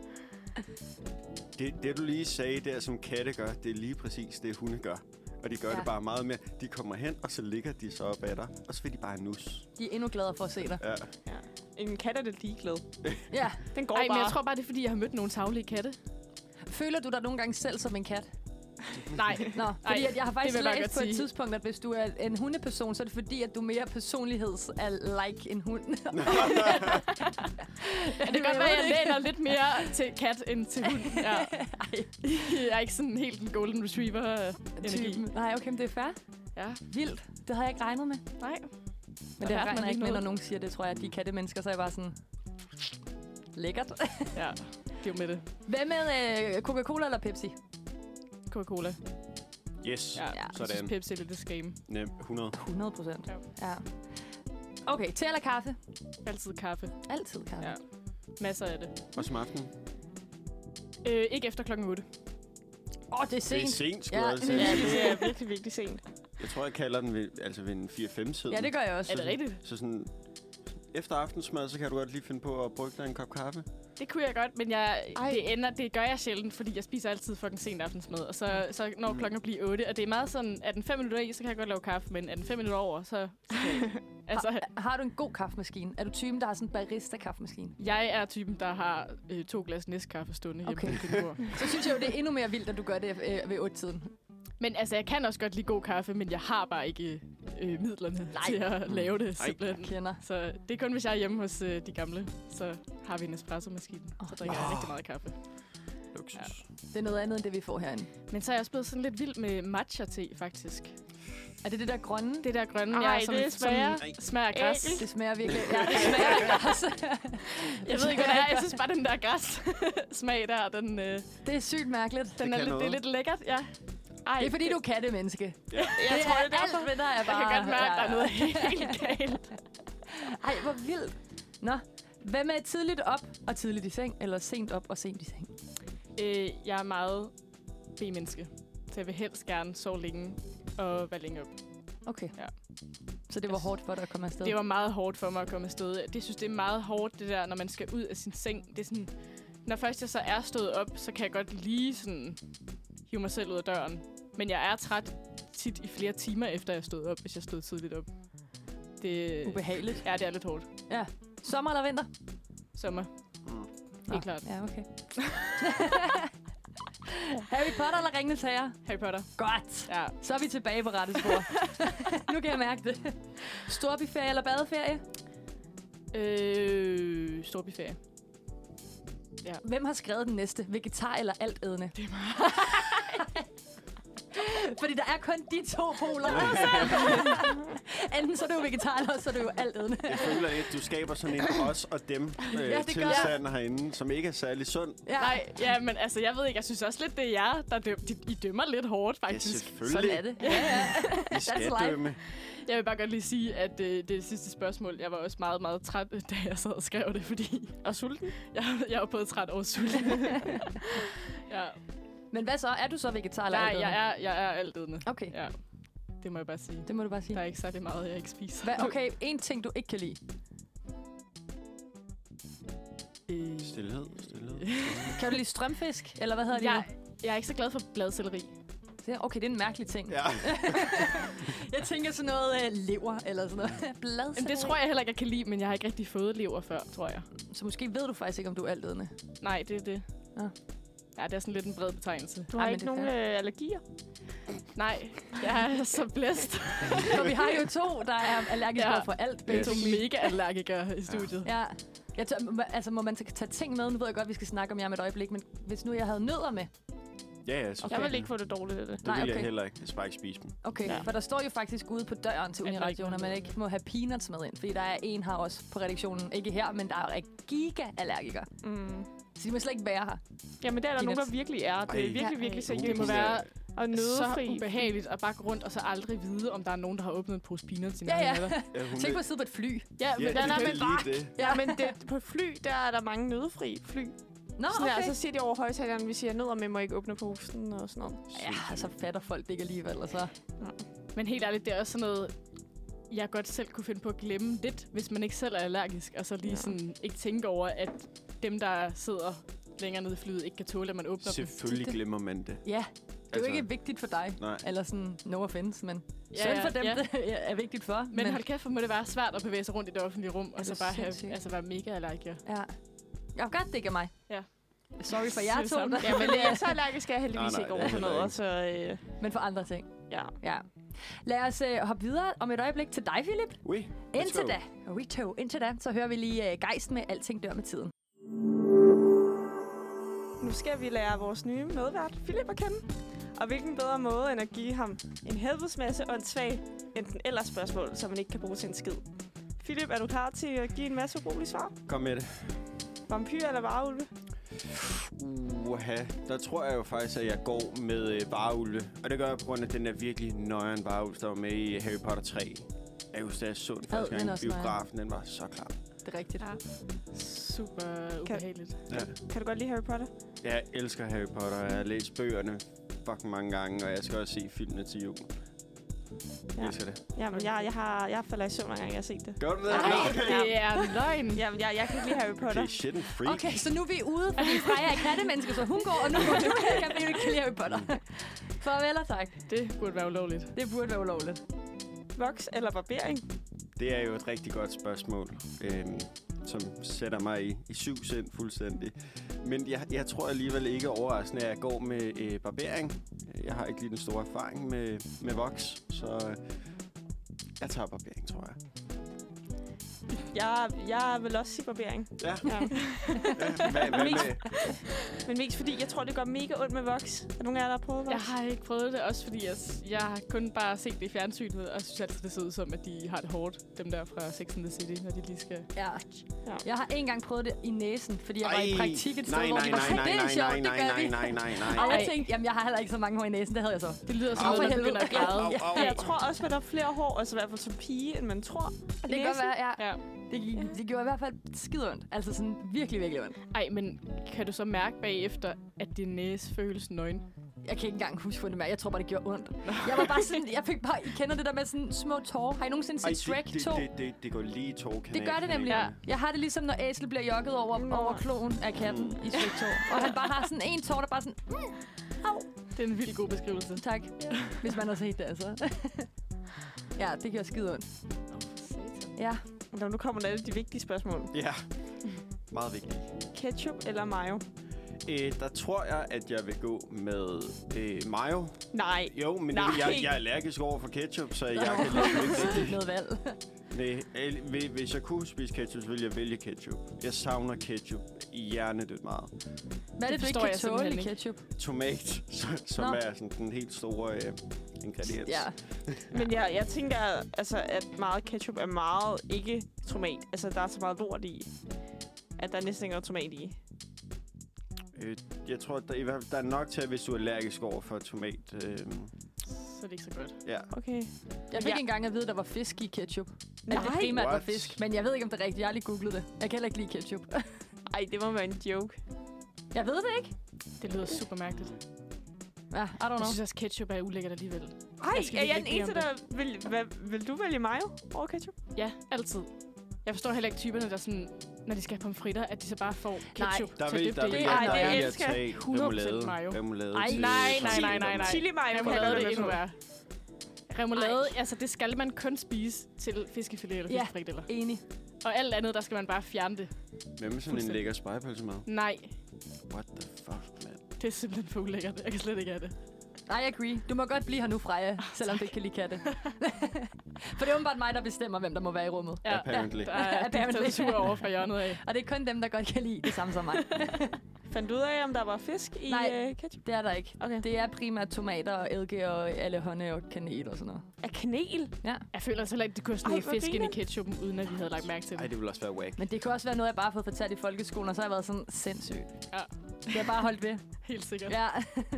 Det, det, du lige sagde, det er, som katte gør, det er lige præcis det, hunde gør. Og de gør Ja. det bare meget mere. De kommer hen, og så ligger de så op ad dig, og så vil de bare nus. De er endnu gladere for at se dig. Ja. Ja. En kat er lidt ligeglad. Ja. Den går ej, bare. men jeg tror bare, det er fordi, jeg har mødt nogle savlige katte. Føler du dig nogle gange selv som en kat? Nej. Nå, fordi Ej, at jeg har det faktisk vil jeg læst godt på et sige. tidspunkt, at hvis du er en hundeperson, så er det fordi, at du er mere personligheds-like en hund. Ja, det kan godt være, at jeg læner lidt mere til kat end til hund. Ja. Jeg er ikke sådan helt en golden retriever-energi. Typen. Nej, okay, men det er fair. Ja, Vildt. Det havde jeg ikke regnet med. nej. Men det lærte regner man jeg ikke med, lige når noget. nogen siger det, tror jeg, at de er kattemennesker, så er jeg bare sådan... Lækkert. Ja, det er jo med det. Hvad med øh, Coca-Cola eller Pepsi? Coca-Cola. Yes, Ja, Ja, jeg synes, sådan. Pepsi er lidt et scam. Nem, hundrede. hundrede procent. Ja. Ja. Okay, te eller kaffe? Altid kaffe. Altid kaffe. Ja. Masser af det. Og som aften. Øh, ikke efter klokken otte. Åh, oh, det er Det er sent. sent, sgu Ja. jeg sige. Ja, det er virkelig, virkelig sent. Jeg tror, jeg kalder den ved, altså ved en fire fem tiden. Ja, det gør jeg også. Er det rigtigt? Så sådan, efter aftensmad, så kan du godt lige finde på at brygge dig en kop kaffe. Det kunne jeg godt, men jeg, Ej. det, ender, det gør jeg sjældent, fordi jeg spiser altid fucking sent aftensmad. Og så, så når Mm. klokken at blive otte, og det er meget sådan, at den fem minutter i, så kan jeg godt lave kaffe, men er den fem minutter over, så, så kan jeg ikke. Altså, Har, har du en god kaffemaskine? Er du typen, der har sådan en barista-kaffemaskine? jeg er typen, der har øh, to glas Nescafé stående hjemme Okay. på mit bord. Så synes jeg jo, det er endnu mere vildt, at du gør det øh, ved otte-tiden. Men altså, jeg kan også godt lide god kaffe, men jeg har bare ikke øh, midlerne Nej. til at lave det, Nej. simpelthen. Kender. Så det er kun, hvis jeg er hjemme hos øh, de gamle, så har vi en espresso-maskine. Åh. Så drikker jeg rigtig meget kaffe. Luksus. Ja. Det er noget andet, end det vi får herinde. Men så er jeg også blevet sådan lidt vild med matcha-te, faktisk. Er det det der grønne? Det der grønne, Ej, jeg, som, det smager som smager af græs. ægelt. Det smager virkelig... Ja, det smager af græs. Jeg ved ikke, hvad det er. Jeg synes bare, den der græs-smag der, den, øh, Det er sygt mærkeligt. den kan er, lidt, det noget. er lidt lækkert, ja. Ej, Det er fordi, du er kattemenneske. Ja. Jeg det tror, er det er derfor. alt ved dig er Jeg bare... kan godt mærke, at der er noget Ja, ja. helt galt. Ej, hvor vildt. Nå, hvad med tidligt op og tidligt i seng, eller sent op og sent i seng? Øh, jeg er meget B-menneske, så jeg vil helst gerne sove længe og være længe op. Okay. Ja. Så det var hårdt for dig at komme afsted? Det var meget hårdt for mig at komme afsted. Det synes, det er meget hårdt, det der, når man skal ud af sin seng. Det er sådan, når først jeg så er stået op, så kan jeg godt lige sådan hive mig selv ud af døren. Men jeg er træt tit i flere timer, efter jeg er stået op, hvis jeg stod tidligt op. Det, Ubehageligt. ja, det er lidt hårdt. Ja. Sommer eller vinter? Sommer, Mm. Nå, helt klart. Ja, okay. Harry Potter eller Ringenes Herre? Harry Potter. Godt. Ja. Så er vi tilbage på rette spor. Nu kan jeg mærke det. Storbyferie eller badeferie? Øh, storbyferie. Hvem har skrevet den næste? Vegetar eller altædende? Det er mig. Fordi der er kun de to poler. Enten så er du jo vegetar, eller så er du jo altædende. Jeg føler ikke, du skaber sådan en os og dem øh, Ja, det gør tilstand herinde, som ikke er særlig sund. Ja. Nej, ja, men altså, jeg ved ikke, jeg synes også lidt, det er jer, der døm, de, I dømmer lidt hårdt, Ja, faktisk. selvfølgelig. Sådan er det. Ja, ja. I skal That's life. dømme. Jeg vil bare godt lige sige, at øh, det sidste spørgsmål, jeg var også meget, meget træt, da jeg sad og skrev det, fordi... Og sulten? Jeg, jeg var både træt og sulten. ja. Men hvad så? Er du så vegetar eller Nej, altædende? jeg er, jeg er altædende. Okay, Ja, det må jeg bare sige. det må du bare sige. Der er ikke særlig meget, jeg ikke spiser. Hvad, okay, en ting, du ikke kan lide. Øh, Stilhed, stilhed. Kan du lide strømfisk? Eller hvad hedder det? jeg, jeg er ikke så glad for bladcelleri. Det? Okay, det er en mærkelig ting. Ja. Jeg tænker sådan noget uh, lever eller sådan noget. Blad. Men det tror jeg heller ikke, jeg kan lide, men jeg har ikke rigtig fået lever før, tror jeg. Så måske ved du faktisk ikke, om du er altædende. Nej, det er det. Ja. Ja, det er sådan lidt en bred betegnelse. Du har Ej, men ikke det er nogen øh, allergier? Nej, jeg er så blæst. For vi har jo to, der er allergiske Ja. ja. for alt. Vi er to basically. mega allergikere i studiet. Ja. Jeg tør, må- altså, må man tage tage ting med? Nu ved jeg godt, vi skal snakke om jer om et øjeblik, men hvis nu jeg havde nødder med. Ja, ja, Okay. selvfølgelig. Jeg vil ikke få det dårligt af det. Det Nej, vil jeg okay. heller ikke. Jeg skal bare ikke spise dem. Okay, Ja. ja. For der står jo faktisk ude på døren til Er der ikke Uniredaktionen, at man noget? ikke må have peanuts med ind. Fordi der er en her også på redaktionen. Ikke her, men der er jo giga-allergikere. Mm. Så de må slet ikke være her. Jamen, der er der nogen, Peanuts. der virkelig er. Det er Ej. virkelig, Ja. virkelig Det seriøst. må være Og så nødefri. ubehageligt at bare gå rundt og så aldrig vide, om der er nogen, der har åbnet en pose peanuts i Ja, ja. nærheden af dig. Ja, hun Tænk vil- på at sidde på et fly. Ja, men Ja, den det er er med lige det. Ja, men det, på fly, der er der mange nødefri fly. Nå, Sådan okay. der, så siger de over højtaleren, vi siger nødder med, må ikke åbne posen og sådan noget. Ja, så fatter folk det ikke alligevel. Og så. Men helt ærligt, det er også sådan noget, jeg godt selv kunne finde på at glemme lidt, hvis man ikke selv er allergisk, og så lige Ja. sådan ikke tænke over, at dem, der sidder længere nede i flyet, ikke kan tåle, at man åbner dem. Selvfølgelig Det- glemmer man det. Ja, det er Altså, jo ikke vigtigt for dig. Nej. Eller sådan, no offense, men Ja, synd ja, for dem, ja. det er vigtigt for. Men, men hold kæft, hvor må det være svært at bevæge sig rundt i det offentlige rum, og Er så du bare have, sindssyg? altså være mega allergiker. Ja. Jeg har godt, det ikke er mig. Ja. Sorry for jer Det to, samme. der. Ja, men det er så allergisk er jeg heldigvis Nej, nej, ikke det over er for heller noget. ikke. Så øh, Men for andre ting. ja. Ja. Lad os øh, hoppe videre om et øjeblik til dig, Philip. Oui, let's Indtil go. da, Rito, indtil da, så hører vi lige øh, Gejsten med Alting dør med tiden. Nu skal vi lære vores nye medvært, Philip, at kende. Og hvilken bedre måde end at give ham en helvedesmasse og en svag enten eller spørgsmål, som man ikke kan bruge til en skid. Philip, er du klar til at give en masse ubrugelige svar? Kom med det. Vampyr eller varulve? Uha, der tror jeg jo faktisk, at jeg går med øh, varulve. Og det gør jeg på grund af den der virkelig nøjeren varulve, der var med i Harry Potter tre. Jeg husker, da jeg så den Ad, første den gang er i også nøjeren. biografen. Den var så klar. Det er rigtigt. Ja. Super ubehageligt. Ja. Kan du godt lide Harry Potter? Jeg elsker Harry Potter. Jeg har læst bøgerne fucking mange gange, og jeg skal også se filmene til jul. Jeg Ja. elsker det. Jamen, jeg, jeg, har, jeg falder i søvn, hver gang jeg har set det. Gør du det? Ej, Okay. det er løgn. Jamen, jeg, jeg kan ikke lide Harry Potter. Okay, shit and freak. Okay, så nu er vi ude, fordi Freja er kattemenneske, så hun går, og nu går du, kan blive ikke lide Harry Potter. Farvel og tak. Det burde være ulovligt. Det burde være ulovligt. Voks eller barbering? Det er jo et rigtig godt spørgsmål, øhm, som sætter mig i, i syv sind fuldstændig. Men jeg, jeg tror alligevel ikke overraskende, at jeg går med øh, barbering. Jeg har ikke lige den store erfaring med, med voks, så øh, jeg tager barbering, tror jeg. Jeg, jeg vil også sige barbering. Ja, Ja. ja. Hvad, hvad Mest- med? Men mest fordi, jeg tror, det gør mega ondt med voks. Er der nogen af jer, der har prøvet voks? Jeg har ikke prøvet det, også fordi jeg, jeg har kun bare set det i fjernsynet, og synes altid, det ser ud som, at de har det hårdt, dem der fra Sex and the City, når de lige skal... Ja. Ja. Jeg har en gang prøvet det i næsen, fordi jeg var i Ej, praktik et sted, nej, hvor nej, de var nej, sådan, nej, det er nej, sjovt, nej, det nej, gør nej, vi. nej, nej, nej. Og jeg nej. tænkte, jamen jeg har heller ikke så mange hår i næsen, det havde jeg så. Det lyder som Au, noget, for man helvede. begynder at græde. Au, au, au. Jeg tror også, at der er flere hår, altså i hvert fald som pige, end man tror. Det kan godt være, ja. Ja. Det, det gjorde i hvert fald skide ondt. Altså sådan virkelig, virkelig ondt. Ej, men kan du så mærke bagefter, at din næse føles nøgen? Jeg kan ikke engang huske, hvor det var. Jeg tror bare, det gjorde ondt. Jeg var bare sådan, jeg fik bare, I kender det der med sådan små tårer. Har I nogensinde Ej, set Shrek det, to? det, det, det, det går lige i tårkanalen. Det gør det nemlig. Ja. Jeg har det ligesom, når Æsel bliver jogget over, Nå. over kloen af katten Mm. i Shrek to. Og han bare har sådan en tår, der bare sådan... Mm, au. Det er en vildt god beskrivelse. Tak. Hvis man har set det, altså. Ja, det gør skide ondt. Ja. Nå, nu kommer der alle de vigtige spørgsmål. Ja, meget vigtigt. Ketchup eller mayo? Øh, der tror jeg, at jeg vil gå med øh, mayo. Nej. Jo, men Nej. det, jeg, jeg er allergisk over for ketchup, så jeg Der kan var ligesom ikke ikke rigtig... noget valg. Nej, al- hvis jeg kunne spise ketchup, så ville jeg vælge ketchup. Jeg savner ketchup i hjernedødt meget. Hvad er det, Det du ikke forstår kan jeg tåle simpelthen i ikke. ketchup? Tomat, som Nå. er sådan den helt store øh, ingrediens. Ja. Men jeg, jeg tænker, altså, at meget ketchup er meget ikke tomat. Altså, der er så meget lort i, at der er næsten ikke noget tomat i. Øh, jeg tror, der, i hvert fald, der er nok til, at hvis du er allergisk over for tomat. Øh, Så er det ikke så godt. ja. Okay. Jeg fik Ja. engang at vide, at der var fisk i ketchup. At Nej, det primært var what? fisk. Men jeg ved ikke, om det er rigtigt. Jeg har lige googlet det. Jeg kan heller ikke lide ketchup. Ej, det må være en joke. Jeg ved det ikke. Det lyder super mærkeligt. Ja, I don't Jeg know. synes også, ketchup er ulækkert alligevel. Ej, Jeg skal er jeg virkelig den ikke eneste, bede der vil... Hvad, vil du vælge mayo over ketchup? Ja, altid. Jeg forstår heller ikke typerne, der sådan, når de skal have pomfritter, at de så bare får ketchup Der til vil, at der dyppe vil det i. jeg, Ej, der det vil jeg elsker jeg. tage hundrede procent remoulade, mayo. remoulade Ej, til Nej, nej, til nej, nej, nej. Chili mayo kan jeg Remoulade, godt det er være endnu med på. værre. Remoulade, altså det skal man kun spise til fiskefilet eller Ja. fiskefrikadeller. Enig. Og alt andet, der skal man bare fjerne det. Hvad med sådan en Fuldstændig. lækker spejepølsemad? Nej, What the fuck, man? det er simpelthen for ulækkert. Jeg kan slet ikke have det. I agree. Du må godt blive her nu, Freja, selvom du ikke kan lide katte. For det er åbenbart mig, der bestemmer, hvem der må være i rummet. Ja, Apparently. der er Apparently. diktatur over fra hjørnet af. Og det er kun dem, der godt kan lide det samme som mig. Fandt du ud af, om der var fisk i Nej. øh, ketchup? Det er der ikke. Okay. Det er primært tomater og eddike og alle honne og kanel og sådan noget. Er kanel? Ja. Jeg føler også heller ikke, det kunne Ej, snige hvor fisk ind i grineren. ketchupen, uden at vi havde lagt mærke til Ej, det. det vil også være wack. Men det kan også være noget, jeg bare har fået fortalt i folkeskolen, og så har jeg været sådan sindssygt. Ja. Det har jeg bare holdt ved. Helt sikkert. Ja.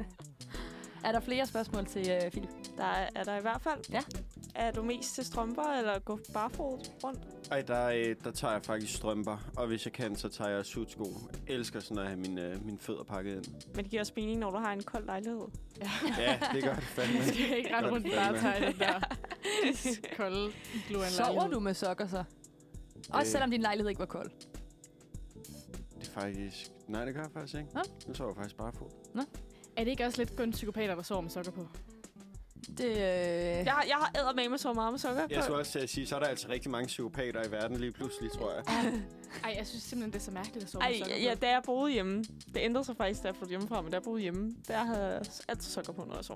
Er der flere spørgsmål til uh, Philip? Der er, er der i hvert fald. Ja. Er du mest til strømper, eller gå barfodet rundt? Ej, der, øh, der tager jeg faktisk strømper, og hvis jeg kan, så tager jeg sudsko. Jeg elsker sådan at have mine, øh, mine fødder pakket ind. Men det giver også mening, når du har en kold lejlighed. Ja, det gør det fandme. Jeg skal ikke rende Godt rundt fandme. bare tage den der kolde igloanlejlighed. Sover du med sokker så? Også Øh. selvom din lejlighed ikke var kold. Det er faktisk... Nej, det gør jeg faktisk ikke. Nå. Nu sover jeg faktisk bare på. Er det ikke også lidt kun psykopater, der sover med sokker på? Det, øh... Jeg har, jeg har eddermame så meget med sukker Jeg på. skulle også til at sige, så er der altså rigtig mange psykopater i verden lige pludselig, tror jeg. Ej, jeg synes simpelthen, det er så mærkeligt at sove Ej, med sokker ja, på. da jeg boede hjemme, det ændrede sig faktisk, da jeg flyttede hjemmefra, men da jeg boede hjemme, der havde jeg altid sokker på, når jeg sov.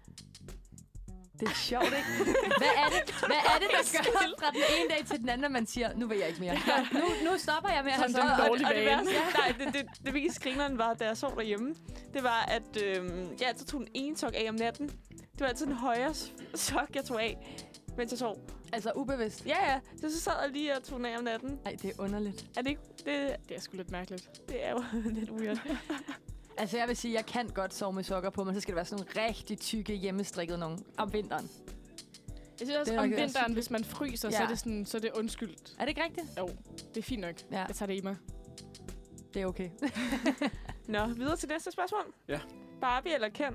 Det er sjovt, ikke? Hvad er det, hvad er det der gør fra den ene dag til den anden, at man siger, nu vil jeg ikke mere. Nu, nu stopper jeg med at have Sådan, det er en sokker. dårlig og det, vane. værste, nej, det, det, det mest grineren var, da jeg sov derhjemme, det var, at øh, jeg altid tog den ene sok af om natten. Det var altid en højre s- sok, jeg tog af, mens jeg sov. Altså ubevidst. Ja, ja. Så, så sad jeg lige og tog den af om natten. Nej, det er underligt. Er det ikke? Det, Det er sgu lidt mærkeligt. det er jo lidt weird. Altså jeg vil sige, jeg kan godt sove med sokker på, men så skal det være sådan nogle rigtig tykke hjemmestrikkede nogle om vinteren. Jeg synes også, Det er om nok også vinteren, hvis man fryser, så Ja. er det, sådan, så er det undskyldt. Er det ikke rigtigt? Jo, det er fint nok. Ja, Jeg tager det i mig. det er okay. Nå, videre til næste spørgsmål. Ja. Barbie eller Ken?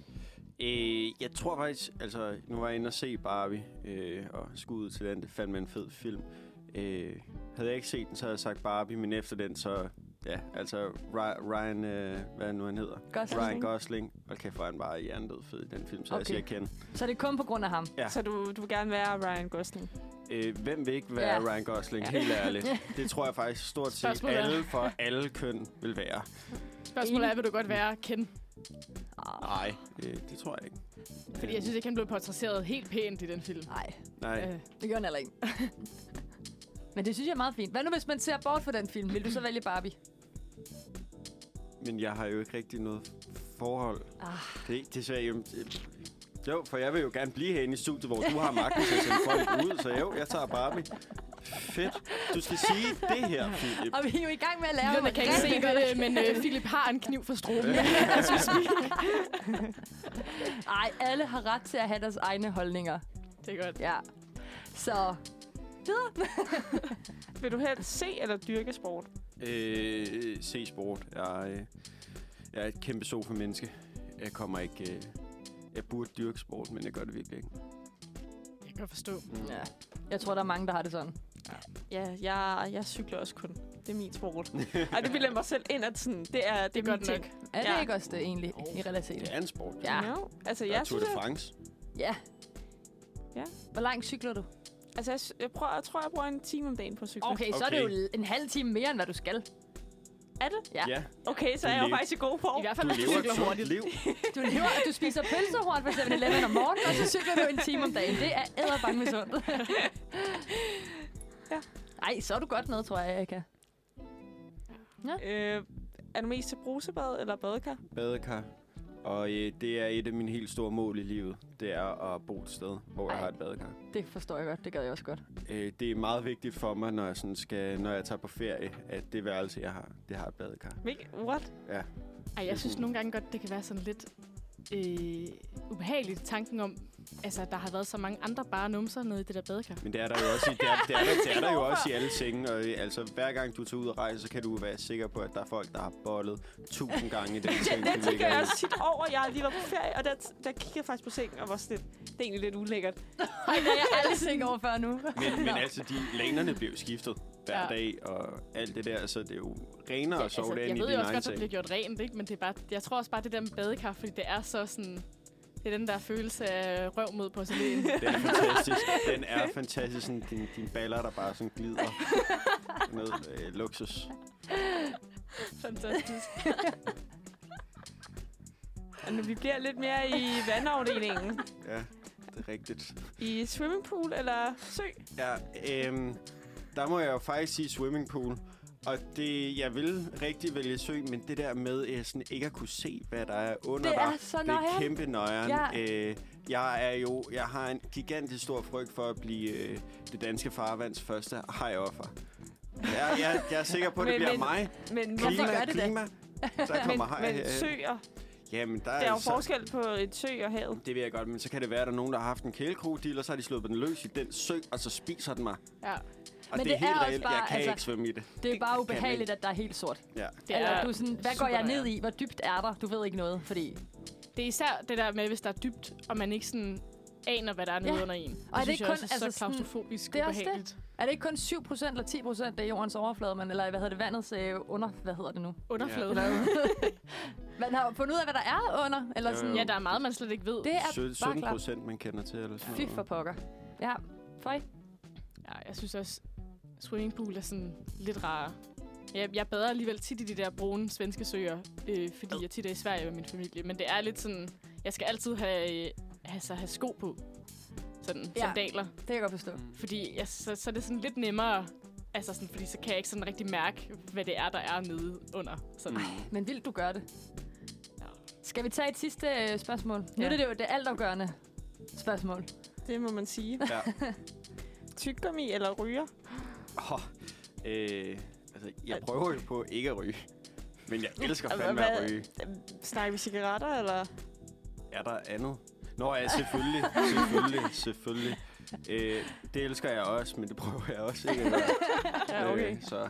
Øh, jeg tror faktisk, altså, nu var jeg inde og se Barbie, øh, og skuddet til den, det fandme en fed film. Øh, havde jeg ikke set den, så havde jeg sagt Barbie, men efter den, så, ja, altså, Ry- Ryan, øh, hvad nu han hedder? Gosling. Ryan Gosling. Og kæft, var han bare hjernedød fed i den film, så okay. jeg Okay. siger Ken. Så det er kun på grund af ham. Ja. Så du, du vil gerne være Ryan Gosling? Øh, hvem vil ikke være Ja. ja. Ryan Gosling? Ja. Helt ærligt. Det tror jeg faktisk stort set Spørgsmålet er- alle for alle køn vil være. Spørgsmålet er, vil du godt være Ken? Oh, Nej, øh, det tror jeg ikke. Fordi jeg synes ikke, han blev portrætteret helt pænt i den film. nej, Nej. Øh, det gjorde han heller ikke. Men det synes jeg er meget fint. Hvad nu, hvis man ser bort fra den film? Vil du så vælge Barbie? Men jeg har jo ikke rigtig noget forhold. Ah. Det, det sagde jo... Jo, for jeg vil jo gerne blive herinde i studiet, hvor du har magten til at sende folk ud. Så jo, jeg tager Barbie. Fedt. Du skal sige det her, Philip. Og vi er jo i gang med at lære Lytterne kan ikke se det, men øh, Philip har en kniv for struben. As we speak. Ej, alle har ret til at have deres egne holdninger. Det er godt. Ja. Så, videre. Vil du helst se eller dyrke sport? Øh, se sport. Jeg, øh, jeg er et kæmpe sofa-menneske. Jeg kommer ikke... Øh, jeg burde dyrke sport, men jeg gør det virkelig ikke. Jeg kan godt forstå. Mm. Ja. Jeg tror, der er mange, der har det sådan. Ja, jeg, jeg cykler også kun. Det er min sport. Ej, det bilder mig selv ind, at sådan, det er, det Det er er min godt ting. nok. Er det Ja. ikke også det egentlig i Det realitet? er en sport. Ja. No. Altså, Der jeg er Tour synes, de jeg, France. Ja. Ja. Hvor langt cykler du? altså, jeg, jeg, prøver, jeg tror, jeg bruger en time om dagen på at cykle. Okay, så er det jo en halv time mere, end hvad du skal. Er det? Ja. Ja, Okay, så Du er jeg jo lever- faktisk i god I form. hvert du fald, hvis du lever cykler et sundt hurtigt. liv. Du, lever, du spiser pølsehort for seven eleven om morgenen, og så cykler du en time om dagen. Det er edderbange med sundt. Ja. Ej, så er du godt med, tror jeg, Erika. Ja. Øh, er du mest til brusebad eller badekar? Badekar. Og øh, det er et af mine helt store mål i livet. Det er at bo et sted, hvor Ej. jeg har et badekar. Det forstår jeg godt. Det gad jeg også godt. Øh, det er meget vigtigt for mig, når jeg, sådan skal, når jeg tager på ferie, at det værelse, jeg har, det har et badekar. What? Ja. Ej, jeg synes nogle gange godt, det kan være sådan lidt øh, ubehageligt, tanken om, altså, at der har været så mange andre bare numser nede i det der badekar. Men det er der jo også i, det er, det er der, det er der jo også i alle senge. Og, altså, hver gang du tager ud og rejse, så kan du være sikker på, at der er folk, der har bollet tusind gange i den seng. Det tænker jeg også tit over. Jeg har lige været på ferie, og der, der kiggede jeg faktisk på sengen og var sådan lidt, det er egentlig lidt ulækkert. Ej, det har jeg aldrig tænkt over før nu. Men, men altså, de lænerne bliver jo skiftet hver Ja. dag, og alt det der, så det er jo renere Ja, at sove altså, derinde i jeg ved din jo også egen godt, at seng. det bliver gjort rent, ikke? Men det er bare, jeg tror også bare, det der med badekar, fordi det er så sådan... Det er den der følelse af røv mod porcelæn. Den er fantastisk. Den er fantastisk. Sådan, din, din baller, der bare sådan glider med øh, luksus. Fantastisk. Og nu vi bliver lidt mere i vandafdelingen. Ja, det er rigtigt. I swimmingpool eller sø? Ja, øhm, der må jeg jo faktisk sige swimmingpool. Og det, jeg vil rigtig vælge sø, men det der med øh, sådan ikke at kunne se, hvad der er under Det dig, er så det er nøjeren. kæmpe nøjeren. Ja. Øh, jeg er jo, jeg har en gigantisk stor frygt for at blive øh, det danske farvands første hajoffer. Jeg, jeg, jeg er sikker på, at det Men- bliver men- mig. Men, Hvorfor Klima, gør det det? klima. Der kommer men, haj men her. søer, Jamen, der der er jo så- forskel på et sø og havet. Det ved jeg godt, men så kan det være, at der er nogen, der har haft en kælekrokodil, og så har de slået den løs i den sø, og så spiser den mig. Ja. Og Men det er det er helt også reelt. bare, Jeg kan altså, ikke svømme i det. Det er bare kan ubehageligt, jeg at der er helt sort. Ja. Det Eller er du er sådan, hvad går super jeg ned nøjeren. i? Hvor dybt er der? Du ved ikke noget, fordi... Det er især det der med, hvis der er dybt, og man ikke sådan aner, hvad der er nede Ja. under en. Og er det synes ikke jeg kun- også er altså så sådan- klaustrofobisk det er også det. ubehageligt. Er det ikke kun syv procent eller ti procent af jordens overflade, man, eller hvad hedder det, vandets øh, under... Hvad hedder det nu? Underflade. Eller, man har fundet ud af, hvad der er under? Eller Jo, sådan, jo. Ja, der er meget, man slet ikke ved. det er Sytten bare sytten klart. procent, man kender til. Eller sådan Fy noget. for pokker. Ja, føj. Ja, jeg synes også, swimmingpool er sådan lidt rare. Jeg, jeg bader alligevel tit i de der brune svenske søer, øh, fordi jeg tit er i Sverige med min familie. Men det er lidt sådan, jeg skal altid have, øh, altså have sko på. Sådan, Ja. sandaler. Det kan jeg godt forstå. Fordi jeg, så, så er det sådan lidt nemmere, altså sådan, fordi så kan jeg ikke sådan rigtig mærke, hvad det er, der er nede under. Sådan. Mm. Men vildt, du gør det. Ja. Skal vi tage et sidste øh, spørgsmål? Nu Ja. er det jo det altafgørende spørgsmål. Det må man sige. Ja. Tyggegummi eller ryger? Oh, øh, altså, jeg prøver jo på ikke at ryge. Men jeg elsker Altså, fandme hvad- at ryge. Snakker vi cigaretter, eller? Er der andet? Nå ja, selvfølgelig. selvfølgelig. Selvfølgelig. Øh, det elsker jeg også, men det prøver jeg også ikke at gøre. Ja, okay. Øh, så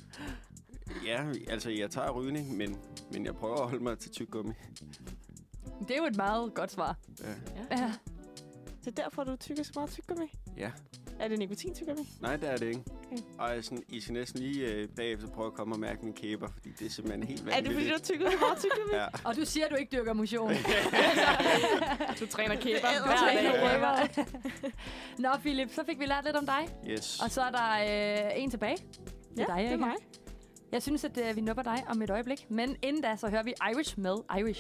ja, altså jeg tager rygning, men, men jeg prøver at holde mig til tyggegummi. Det er jo et meget godt svar. Ja. Ja. Det er derfor, du tykker så meget tyggegummi? ja. Er det nikotintyggegummi? Nej, det er det ikke. Okay. Og jeg sådan, I skal næsten lige øh, bagefter prøve at komme og mærke mine kæber, fordi det er simpelthen helt Er det vanvittigt. fordi, du har tykket så meget tyggegummi? Ja. Og du siger, at du ikke dyrker motion. Du træner kæber Det er hver træner dag. kæber. Nå, Philip, så fik vi lært lidt om dig. Yes. Og så er der øh, en tilbage. Det Ja, er dig, det er Erika. mig. Jeg synes, at øh, vi nupper dig om et øjeblik. Men inden da, så hører vi Irish med Irish.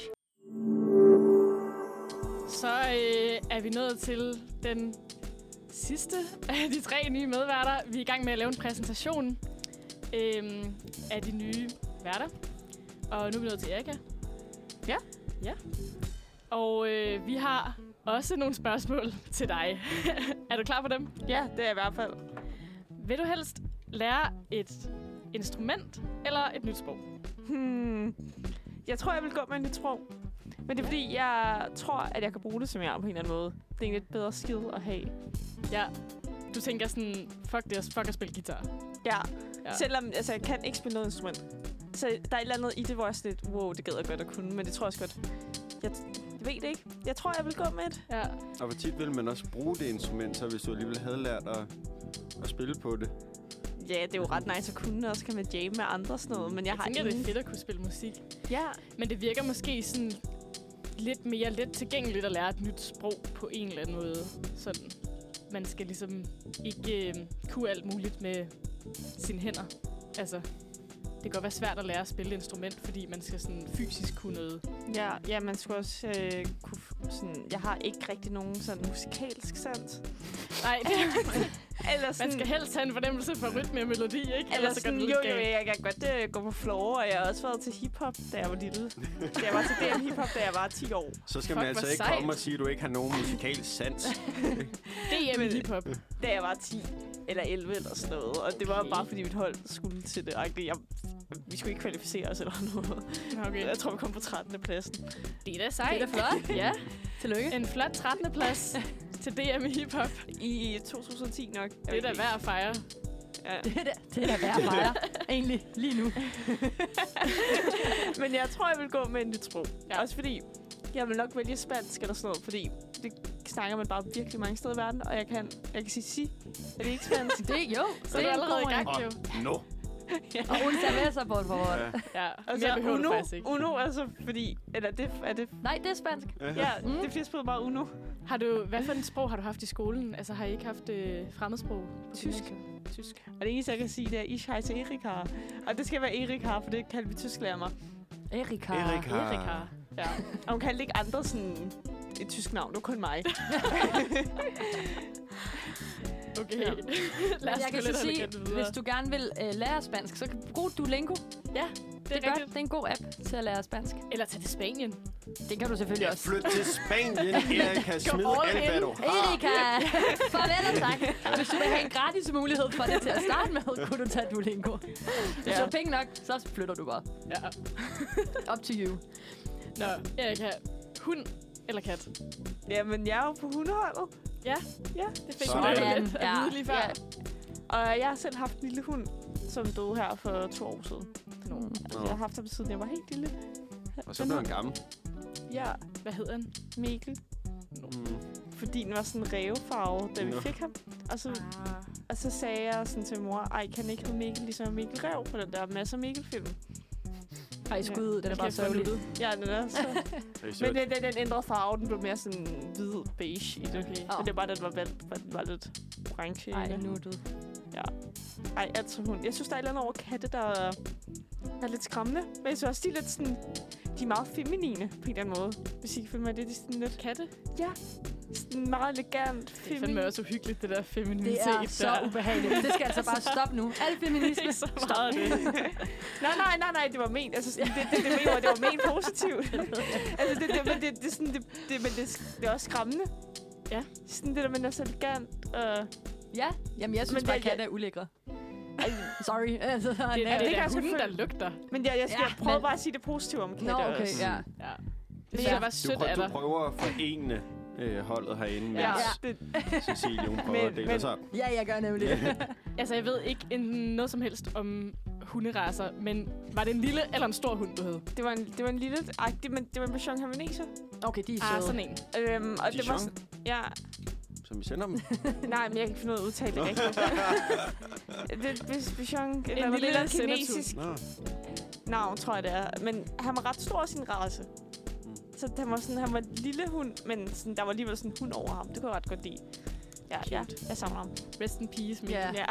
Så øh, er vi nået til den sidste af de tre nye medværter. Vi er i gang med at lave en præsentation øh, af de nye værter. Og nu er vi nået til Erika. Ja. Ja. Og øh, vi har også nogle spørgsmål til dig. Er du klar på dem? Ja, det er jeg i hvert fald. Vil du helst lære et instrument eller et nyt sprog? Hmm. Jeg tror, jeg vil gå med en nyt sprog. Men det er fordi, jeg tror, at jeg kan bruge det som jeg er på en eller anden måde. Det er en lidt bedre skill at have. Ja. Du tænker sådan, fuck det, fuck at spille guitar. Ja. Ja. ja. Selvom altså, jeg kan ikke spille noget instrument. Så der er et eller andet i det, hvor jeg er sådan lidt, wow, det gad jeg godt at kunne. Men det tror jeg også godt. Jeg, jeg ved det ikke. Jeg tror, jeg vil gå med et. Ja. Og hvor tit vil man også bruge det instrument, så hvis du alligevel havde lært at, at spille på det? Ja, det er jo ret nice at kunne. Også kan man jamme med andre og sådan noget. Men jeg, Jeg har tænker, det er ingen... fedt at kunne spille musik. Ja. Men det virker måske sådan lidt mere let tilgængeligt at lære et nyt sprog på en eller anden måde. Sådan. Man skal ligesom ikke øh, kunne alt muligt med sine hænder. Altså, det kan godt være svært at lære at spille instrument, fordi man skal sådan fysisk kunne noget. Ja, ja, man skulle også øh, kunne... f- Sådan, jeg har ikke rigtig nogen sådan musikalsk sans. Nej, det Eller sådan, Man skal helst have en fornemmelse for rytme og melodi, ikke? eller Ellers så sådan, går jo, det jo, lidt galt. jeg kan godt uh, gå på floor, og jeg har også været til hiphop, da jeg var lille. Jeg var til D M hiphop, da jeg var ti år. Så skal Fuck, man altså hvor ikke sejt. komme og sige, at du ikke har nogen musikalsk sans. D M i hiphop. Da jeg var ti eller elleve eller sådan noget. Og det var Okay. bare, fordi mit hold skulle til det. Jeg, vi skulle ikke kvalificere os eller noget. Okay. Jeg tror, vi kom på trettende pladsen. Det er da sejt. Det er da flot. Ja, Tillykke. en flot trettende plads til D M i hiphop. I to tusind og ti nok. Det er da værd at fejre. Ja. Det er da, det er da værd at fejre. Egentlig, lige nu. Men jeg tror, jeg vil gå med en nyt sprog. Ja. Ja. Også fordi, jeg vil nok vælge spansk eller sådan noget, fordi det snakker man bare virkelig mange steder i verden, og jeg kan, jeg kan sige si. Er det ikke spansk? Det, jo, Så det er er du en allerede god i gang, en. jo. Nå. Og un cerveza, por favor. Ja. Ja, Og mere så behøver uno, du faktisk ikke. uno, altså fordi, eller det, er det, Nej, det er spansk. ja, Mm. det er fordi, jeg spiller bare uno. Har du, hvad for et sprog har du haft i skolen? Altså, har I ikke haft øh, fremmedsprog? på Tysk. gymnasiet? Tysk. Og det eneste, jeg kan sige, det er, Ich heiße Erika. Og det skal være Erika, for det kaldte vi tysklærer mig. Erika. Erika. Erika. Ja. Og hun kaldte ikke andre sådan et tysk navn, det var kun mig. Okay. Ja. Lad Men os jeg gå kan lidt så sige, elegant videre. hvis du gerne vil øh, lære spansk, så kan du bruge Duolingo. Ja, Det det er er godt. rigtigt. Det er en god app til at lære spansk. Eller tage til Spanien. Det kan du selvfølgelig Ja, også. flyt til Spanien, Erika. Smid all alt, hvad in. du har. Erika! Farvel og tak. Hvis du vil have en gratis mulighed for det til at starte med, kunne du tage Duolingo. Hvis Ja. du har penge nok, så flytter du bare. Ja. Up to you. Nå, Erika. Hund eller kat? Jamen, jeg er jo på hundeholdet. Ja, Ja. det fik Sådan. du da Sådan. lidt at Ja. vide lige før. Ja. Og jeg har selv haft en lille hund, som døde her for to år siden. Nå. Altså, jeg har haft ham siden jeg var helt lille. Og så blev han gammel. Ja, Hvad hedder han? Mikkel. Mm. Fordi den var sådan rævefarve, da vi Nå. fik ham. Og så, Ah. og så sagde jeg sådan til mor, ej, kan den ikke hedde Mikkel, ligesom Mikkel Ræv på den der masser Mikkel-film? Har I skud? Den er bare Kæft, hvor sørgelig. nuttet. Ja, den er så. Det er Men sødt. den, den, den ændrede farve, den blev mere sådan hvid beige i det. Okay. Men det er bare, den var, valgt, den var lidt orange i Ej, det. nuttet. Ej, altså hun. Jeg synes, der er et eller andet over katte, der er, er lidt skræmmende. Men jeg synes også, de er lidt sådan... De er meget feminine på en eller anden måde. Hvis I kan følge mig, det er de sådan lidt... Katte? Sådan meget elegant, Det er feminin. fandme også uhyggeligt, det der femininitet. Det er så der. ubehageligt. Det skal altså bare stoppe nu. Al feminisme. Ikke så meget af det. nej, nej, nej, nej, det var ment. Altså, sådan, det, det, det, mener, jeg, det var ment positivt. altså, det, det, men det, det, er sådan, det, det, men det, det er også skræmmende. Ja. Sådan det der, men er så elegant. Øh, Ja, jamen jeg synes Men bare, det- katte er ulækre. Sorry. Altså, Det, nej. det, det det er kan da jeg hunden, der selvfølgelig- lugter. men jeg, jeg, skal, Ja, jeg prøver men- bare at sige det positive om katte Nå, okay, også. ja. Ja. Men Det synes ja. jeg var Du, sødt prøver, af du dig. prøver at forene øh, holdet herinde, Ja, mens ja. Det, Cecilie hun prøver Men- at dele men- os op. Ja, jeg gør nemlig. Altså, jeg ved ikke en, noget som helst om hunderacer, men var det en lille eller en stor hund, du havde? det, var en, det var en lille... Ej, det, men, det var en Bichon Havanese. Okay, de er Ah, søde. sådan en. Øhm, og det var Dijon, sådan, ja, som vi sender dem. nej, men jeg kan ikke finde ud af at udtale det rigtigt. det er Bis- Bichon, eller lille lille sendertun. kinesisk Nå. navn, tror jeg det er. Men han var ret stor i sin race. Mm. Så han var, sådan, han var en lille hund, men sådan, der var alligevel sådan en hund over ham. Det kunne jeg ret godt lide. Ja, ja, Cute. jeg savner ham. Rest in peace, Mikkel. Ja. Ja.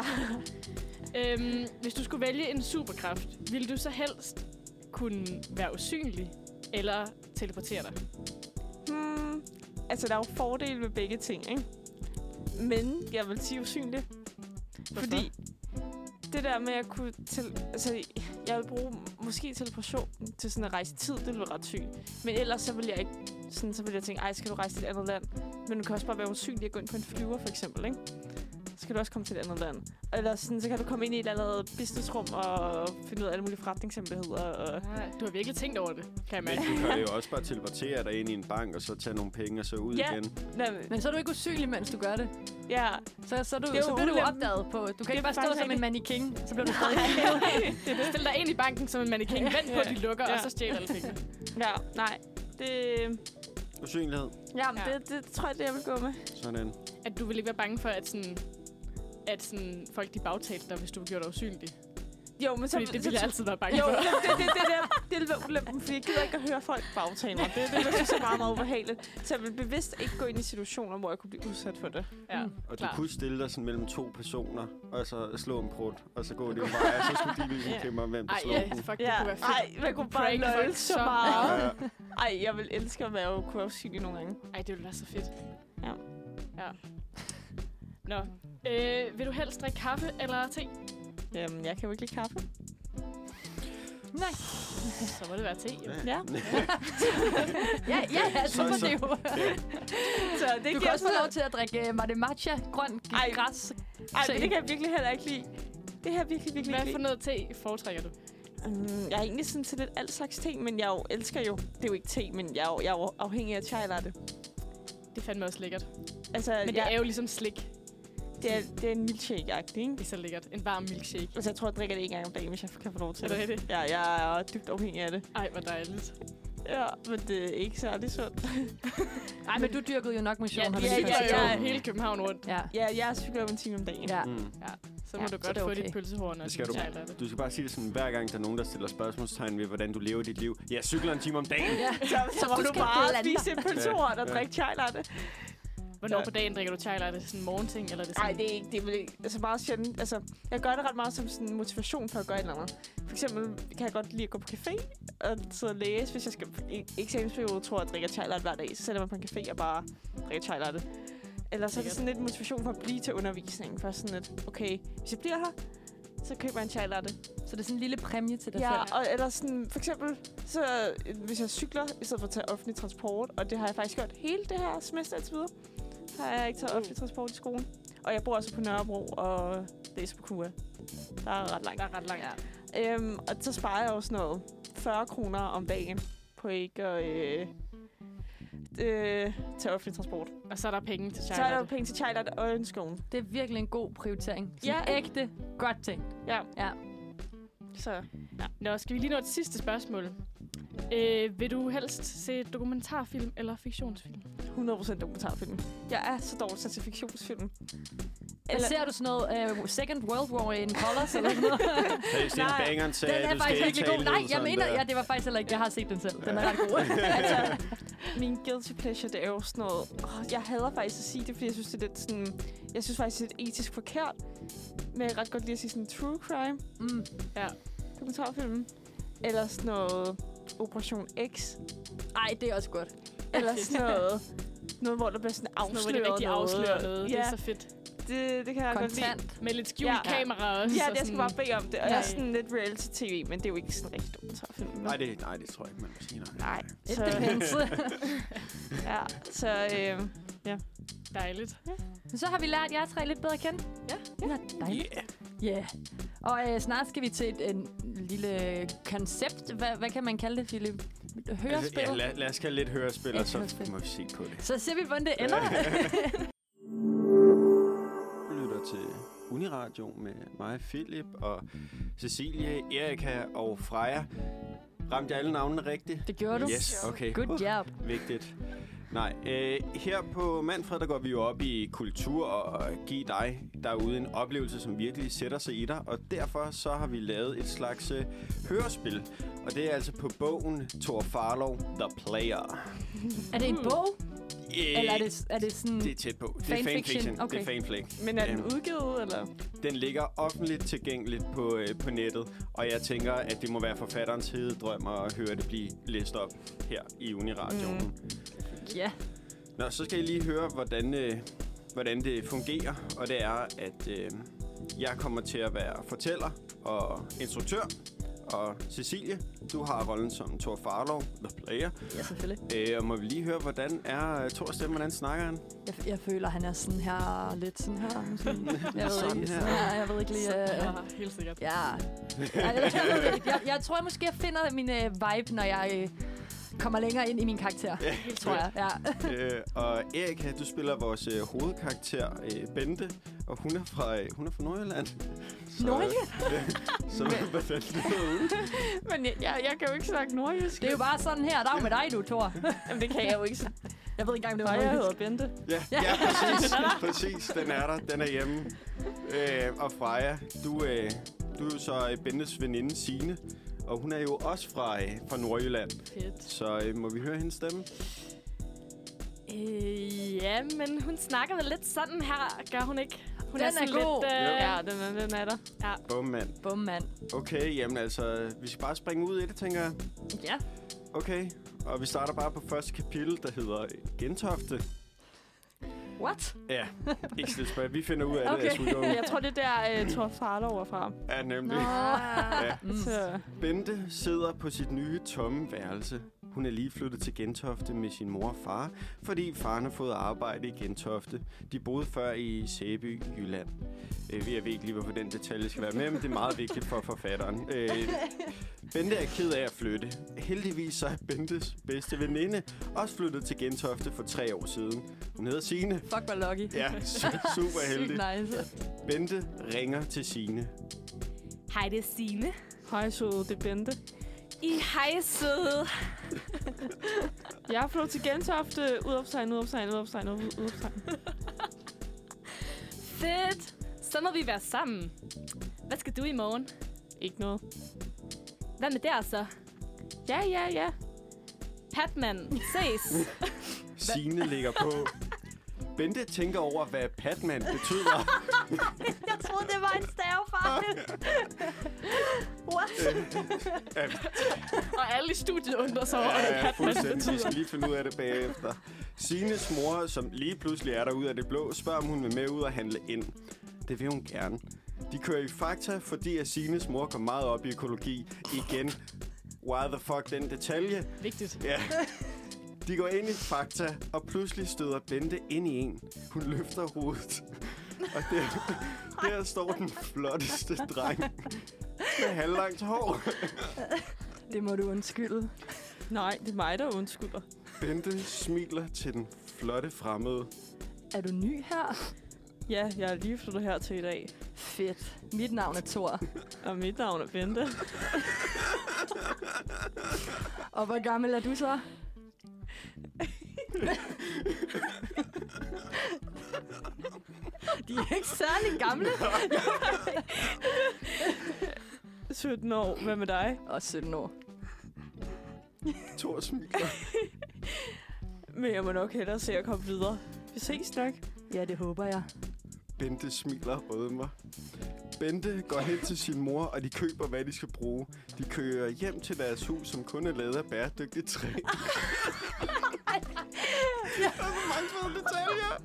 Øhm, hvis du skulle vælge en superkraft, ville du så helst kunne være usynlig eller teleportere dig? Hmm, altså, der er jo fordele ved begge ting, ikke? Men jeg vil sige usynlig. Hvorfor? Fordi det der med at kunne... Til, altså, jeg vil bruge måske teleport til sådan at rejse tid. Det ville være ret sygt. Men ellers så vil jeg ikke... Sådan, så vil jeg tænke, ej, skal du rejse til et andet land? Men du kan også bare være usynlig og gå ind på en flyver, for eksempel, ikke? Så kan du også komme til et andet land. Eller sådan, så kan du komme ind i et eller andet businessrum og finde ud af alle mulige forretningshemmeligheder. Og Ah, du har virkelig tænkt over det, kan jeg Men mærke. du kan jo også bare teleportere dig ind i en bank, og så tage nogle penge og så ud Ja. igen. Nej, Men så er du ikke usynlig, mens du gør det. ja. Så, så, er du, Det er jo så bliver du ulempen. opdaget på... Du kan Det ikke er bare stå faktisk som en rigtigt. mannequin, så bliver du stadig Det er det. Stil dig ind i banken som en mannequin. Vent på, at de lukker, Ja. og så stjæler alle pengene. Ja, nej. Det... Usynlighed. Ja, men Ja. det, det tror jeg, det jeg vil gå med. Sådan. At du ville ikke være bange for, at, sådan, at sådan, folk de bagtalte dig, hvis du gjorde dig usynlig. Jo, men så... Fordi det så, ville jeg altid være bange Jo, for. det, det, det, det, der, det vil være ulempen, fordi jeg gider ikke at høre folk bagtale mig. Det, det, det synes jeg er meget, meget ubehageligt. Så jeg vil bevidst ikke gå ind i situationer, hvor jeg kunne blive udsat for det. Ja, Mm. Og klar. du kunne stille dig sådan mellem to personer, og så slå en prut, og så gå det bare, og så skulle de ligesom Ja. kæmpe om, hvem der Ej, slår ja, den. fuck, det Ja, kunne være fedt. ej, man kunne bare pranke løje folk så så meget. Ja. Ej, jeg vil elske at være, kunne være usynlig nogle gange. Ej, det ville være så fedt. Ja. Ja. Nå, Øh, vil du helst drikke kaffe eller te? Jamen, jeg kan jo ikke lide kaffe. Nej. Så må det være te. Jo. Ja. ja, ja, så må Så- det jo. Så det Du kan også få lov til at drikke uh, mate matcha, grøn Ej. græs. Ej, te. men det kan jeg virkelig heller ikke lide. Det har jeg virkelig, virkelig Hvad ikke for lide. noget te foretrækker du? Um, jeg er egentlig sådan til lidt alt slags te, men jeg jo elsker jo... Det er jo ikke te, men jeg er jo, jeg er jo afhængig af chai latte. Det er fandme også lækkert. Altså, Men det jeg, er jo ligesom slik. det, er, det er en milkshake-agtig, ikke? Det er så lækkert. En varm milkshake. Altså, jeg tror, jeg drikker det en gang om dagen, hvis jeg kan få lov til Er det rigtigt? Ja, jeg er dybt afhængig af det. Ej, hvor dejligt. Ja, men det er ikke særlig sundt. Nej, men du dyrkede jo nok motion. Ja, har de vi ja, lige cykler hørt. ja, jo hele København rundt. ja. Ja, jeg cykler om en time om dagen. ja. Mm. Så må Ja, du så godt er det få okay. dit pølsehorn og Det skal din du. chai latte. Du skal bare sige det sådan, hver gang der er nogen, der stiller spørgsmålstegn ved, hvordan du lever dit liv. Jeg cykler en time om dagen. ja. Så, så, så må du du skal bare blande spise et pølsehorn og Ja. drikke chai latte. Hvornår Ja. på dagen drikker du chai latte? Sådan en morgenting, eller er det sådan? Nej, det er ikke. Det er vel ikke. Altså meget sjældent. Altså, jeg gør det ret meget som sådan en motivation for at gøre et eller andet. For eksempel kan jeg godt lide at gå på café og sidde og læse. Hvis jeg skal i eksamensperiode, tror jeg, at jeg drikker chai latte hver dag. Så sætter jeg mig på en café og bare drikker chai latte. Eller så er det sådan lidt motivation for at blive til undervisningen. For sådan lidt, okay, hvis jeg bliver her, så køber jeg en chai latte. Så det er sådan en lille præmie til dig Ja, selv. og, eller sådan, for eksempel, så øh, hvis jeg cykler, i stedet for at tage offentlig transport, og det har jeg faktisk gjort hele det her semester indtil videre, så har jeg ikke taget offentlig transport i skolen. Og jeg bor også på Nørrebro og læser på Q A. Der er ret langt. Der er ret langt. Ja. Øhm, og så sparer jeg også noget fyrre kroner om dagen på ikke at øh, øh, tage offentlig transport. Og så er der penge til chai Så er der jo latte. penge til chai latte og en skole. Det er virkelig en god prioritering. Ja. Ja. Ægte godt ting. Ja. Ja. Så Nå, skal vi lige nå et sidste spørgsmål? Øh, vil du helst se dokumentarfilm eller fiktionsfilm? hundrede procent dokumentarfilm. Jeg er så dårlig til fiktionsfilm. Eller, ser du sådan noget uh, Second World War in Colors eller sådan noget? Hey, det er en Nej, banger, Den sagde, er du faktisk skal virkelig ikke god. tale Nej, ud jeg sådan mener, der. ja, det var faktisk heller ikke. Jeg har set den selv. Den er ret god. altså, min guilty pleasure, det er jo sådan noget... Oh, jeg hader faktisk at sige det, fordi jeg synes, det er lidt sådan... Jeg synes faktisk, det er lidt etisk forkert. Men jeg kan ret godt lide at sige sådan true crime. Mm. Ja. Dokumentarfilm. Eller sådan noget Operation X. Ej, det er også godt. Eller sådan noget... Noget, hvor der bliver sådan Sådan noget, hvor afsløret de rigtig noget. afslører noget. Det Ja, er så fedt. det, det kan jeg godt lide. Kontant. Med lidt skjult Ja. kamera også. Ja, og det, jeg skal sådan- bare bede om det. Og Ja. ja. er sådan lidt reality-tv, men det er jo ikke sådan en rigtig dokumentarfilm. Nej, det, nej, det tror jeg ikke, man må sige. Nej. Nej. It Så, depends. ja, så øh, Dejligt. Så har vi lært jer tre lidt bedre at kende. Ja. Ja, dejligt. Yeah. Yeah. Og øh, snart skal vi til et en lille koncept. Hvad, hvad kan man kalde det, Philip? Hørespil? Altså, ja, lad, lad os kalde lidt hørespil, Et og så hørespil. må vi se på det. Så ser vi, hvordan det ender. Du lytter til Uniradio med mig, Philip, og Cecilie, Erika og Freja. Ramte jeg alle navnene rigtigt? Det gjorde du. Yes, okay. Good job. Vigtigt. Nej, øh, her på Manfred, der går vi jo op i kultur og give dig derude en oplevelse, som virkelig sætter sig i dig. Og derfor så har vi lavet et slags øh, hørespil. Og det er altså på bogen Thor Farlow, The Player. Er det en bog? Øh, Eller er det, er det sådan... det er tæt på. Det er Fanfiction? fanfiction. Okay. Det er fanfic. men er den Øhm, udgivet, eller? Den ligger offentligt tilgængeligt på, øh, på nettet, og jeg tænker, at det må være forfatterens hededrøm at høre det blive læst op her i Uniradioen. Mm. Ja. Nå, så skal I lige høre, hvordan, øh, hvordan det fungerer, og det er, at øh, jeg kommer til at være fortæller og instruktør, og Cecilie, du har rollen som Thor Farlow, The Player. Ja, selvfølgelig. Øh, og må vi lige høre, hvordan er Thors stemme, hvordan snakker han? Jeg, jeg føler, han er sådan her, lidt sådan her. Måske. Jeg ved Sådan ikke. her. Sådan her. Jeg ved ikke lige... Ja, Uh, helt sikkert. ja. Jeg, jeg, jeg, ved det ikke. jeg, jeg tror jeg måske, jeg finder min uh, vibe, når jeg uh, kommer længere ind i min karakter. Ja, Det tror jeg, ja. øh, og Erika, du spiller vores øh, hovedkarakter, øh, Bente, og hun er fra, øh, hun er fra Nordjylland. Så, Nordjylland? øh, så hvordan lyder hun? Men jeg, jeg, jeg kan jo ikke snakke nordjysk. Det er jo bare sådan her. Dag med dig, du, Thor. Jamen, det kan jeg jo ikke. Jeg ved ikke engang, om det Og var jeg noget. hedder Bente. Ja, ja, præcis. præcis. Den er der. Den er hjemme. Øh, og Freja, du, øh, du er jo så øh, Bentes veninde Signe. Og hun er jo også fra, øh, fra Nordjylland. Fedt. Så øh, må vi høre hendes stemme? Øh, ja, men hun snakker vel lidt sådan her, gør hun ikke? Hun Den er sådan god. Lidt, øh, Ja, den er, den er der. ja. Bum, mand. Bum, mand. Okay, jamen altså, vi skal bare springe ud i det, tænker jeg. Ja. Okay, og vi starter bare på første kapitel, der hedder Gentofte. What? Ja, ikke slet spørg. Vi finder ud af Okay. det, as we go. Jeg tror, det er der, uh, Thor Farlov er fra. Ja, nemlig. Ja. Mm. Så Bente sidder på sit nye tomme værelse. Hun er lige flyttet til Gentofte med sin mor og far, fordi faren har fået arbejde i Gentofte. De boede før i Sæby, Jylland. Øh, jeg ved ikke lige, hvorfor den detalje skal være med, men det er meget vigtigt for forfatteren. Øh, Bente er ked af at flytte. Heldigvis så er Bentes bedste veninde også flyttet til Gentofte for tre år siden. Hun hedder Signe. Fuck, hvor lucky. Ja, su- super heldig. Sygt nice. Bente ringer til Signe. Hej, det er Signe. hej, søde, det er Bente. I hej, søde. Jeg har flyttet til Gentofte. Udopstegn, udopstegn, udopstegn, udopstegn. Fedt. Så må vi være sammen. Hvad skal du i morgen? Ikke noget. Hvad med der så? Ja, ja, ja. Patman, ses. Signe ligger på. Bente tænker over, hvad Patman betyder. Jeg troede, det var en stavefejl. What? Og alle i studiet undrer sig over, Ja, hvad ja, Patman fuldstændig. Vi betyder. skal lige finde ud af det bagefter. Signes mor, som lige pludselig er der ud af det blå, spørger, om hun vil med ud og handle ind. Det vil hun gerne. De kører i Fakta, fordi at Signes mor går meget op i økologi. Igen. Why the fuck, den detalje? Vigtigt. Ja. De går ind i Fakta, og pludselig støder Bente ind i en. Hun løfter hovedet. Og der, der står den flotteste dreng med halvlangt hår. Det må du undskylde. Nej, det er mig, der undskylder. Bente smiler til den flotte fremmede. Er du ny her? Ja, jeg er lige flyttet her til i dag. Fedt. Mit navn er Thor. Og mit navn er Bente. Og hvor gammel er du så? De er ikke særlig gamle. sytten år. Hvad med dig? Og sytten år. Thor smiler. Men jeg må nok hellere se at komme videre. Vi ses nok. Ja, det håber jeg. Bente smiler og rødmer. Bente går hen til sin mor, og de køber, hvad de skal bruge. De kører hjem til deres hus, som kun er lavet af bæredygtigt træ. Der er så mange fede detaljer.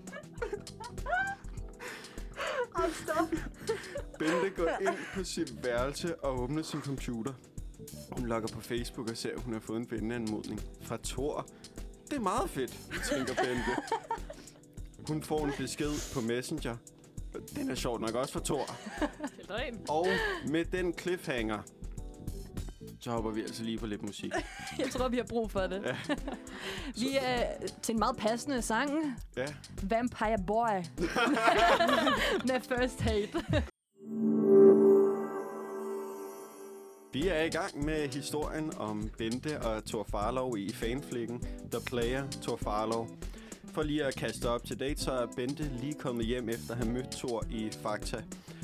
Oh, stop. Bente går ind på sit værelse og åbner sin computer. Hun logger på Facebook og ser, at hun har fået en venneanmodning fra Thor. Det er meget fedt, tænker Bente. Hun får en besked på Messenger. Den er sjovt nok også for Thor. Det er løgn. Og med den cliffhanger, så hopper vi altså lige på lidt musik. Jeg tror, vi har brug for det. Ja. Vi er til en meget passende sang. Ja. Vampire Boy. Med First Hate. Vi er i gang med historien om Bente og Thor Farlov i fanflikken The Player Thor Farlov. For lige at kaste op til date, så er Bente lige kommet hjem efter at have mødt Thor i Fakta.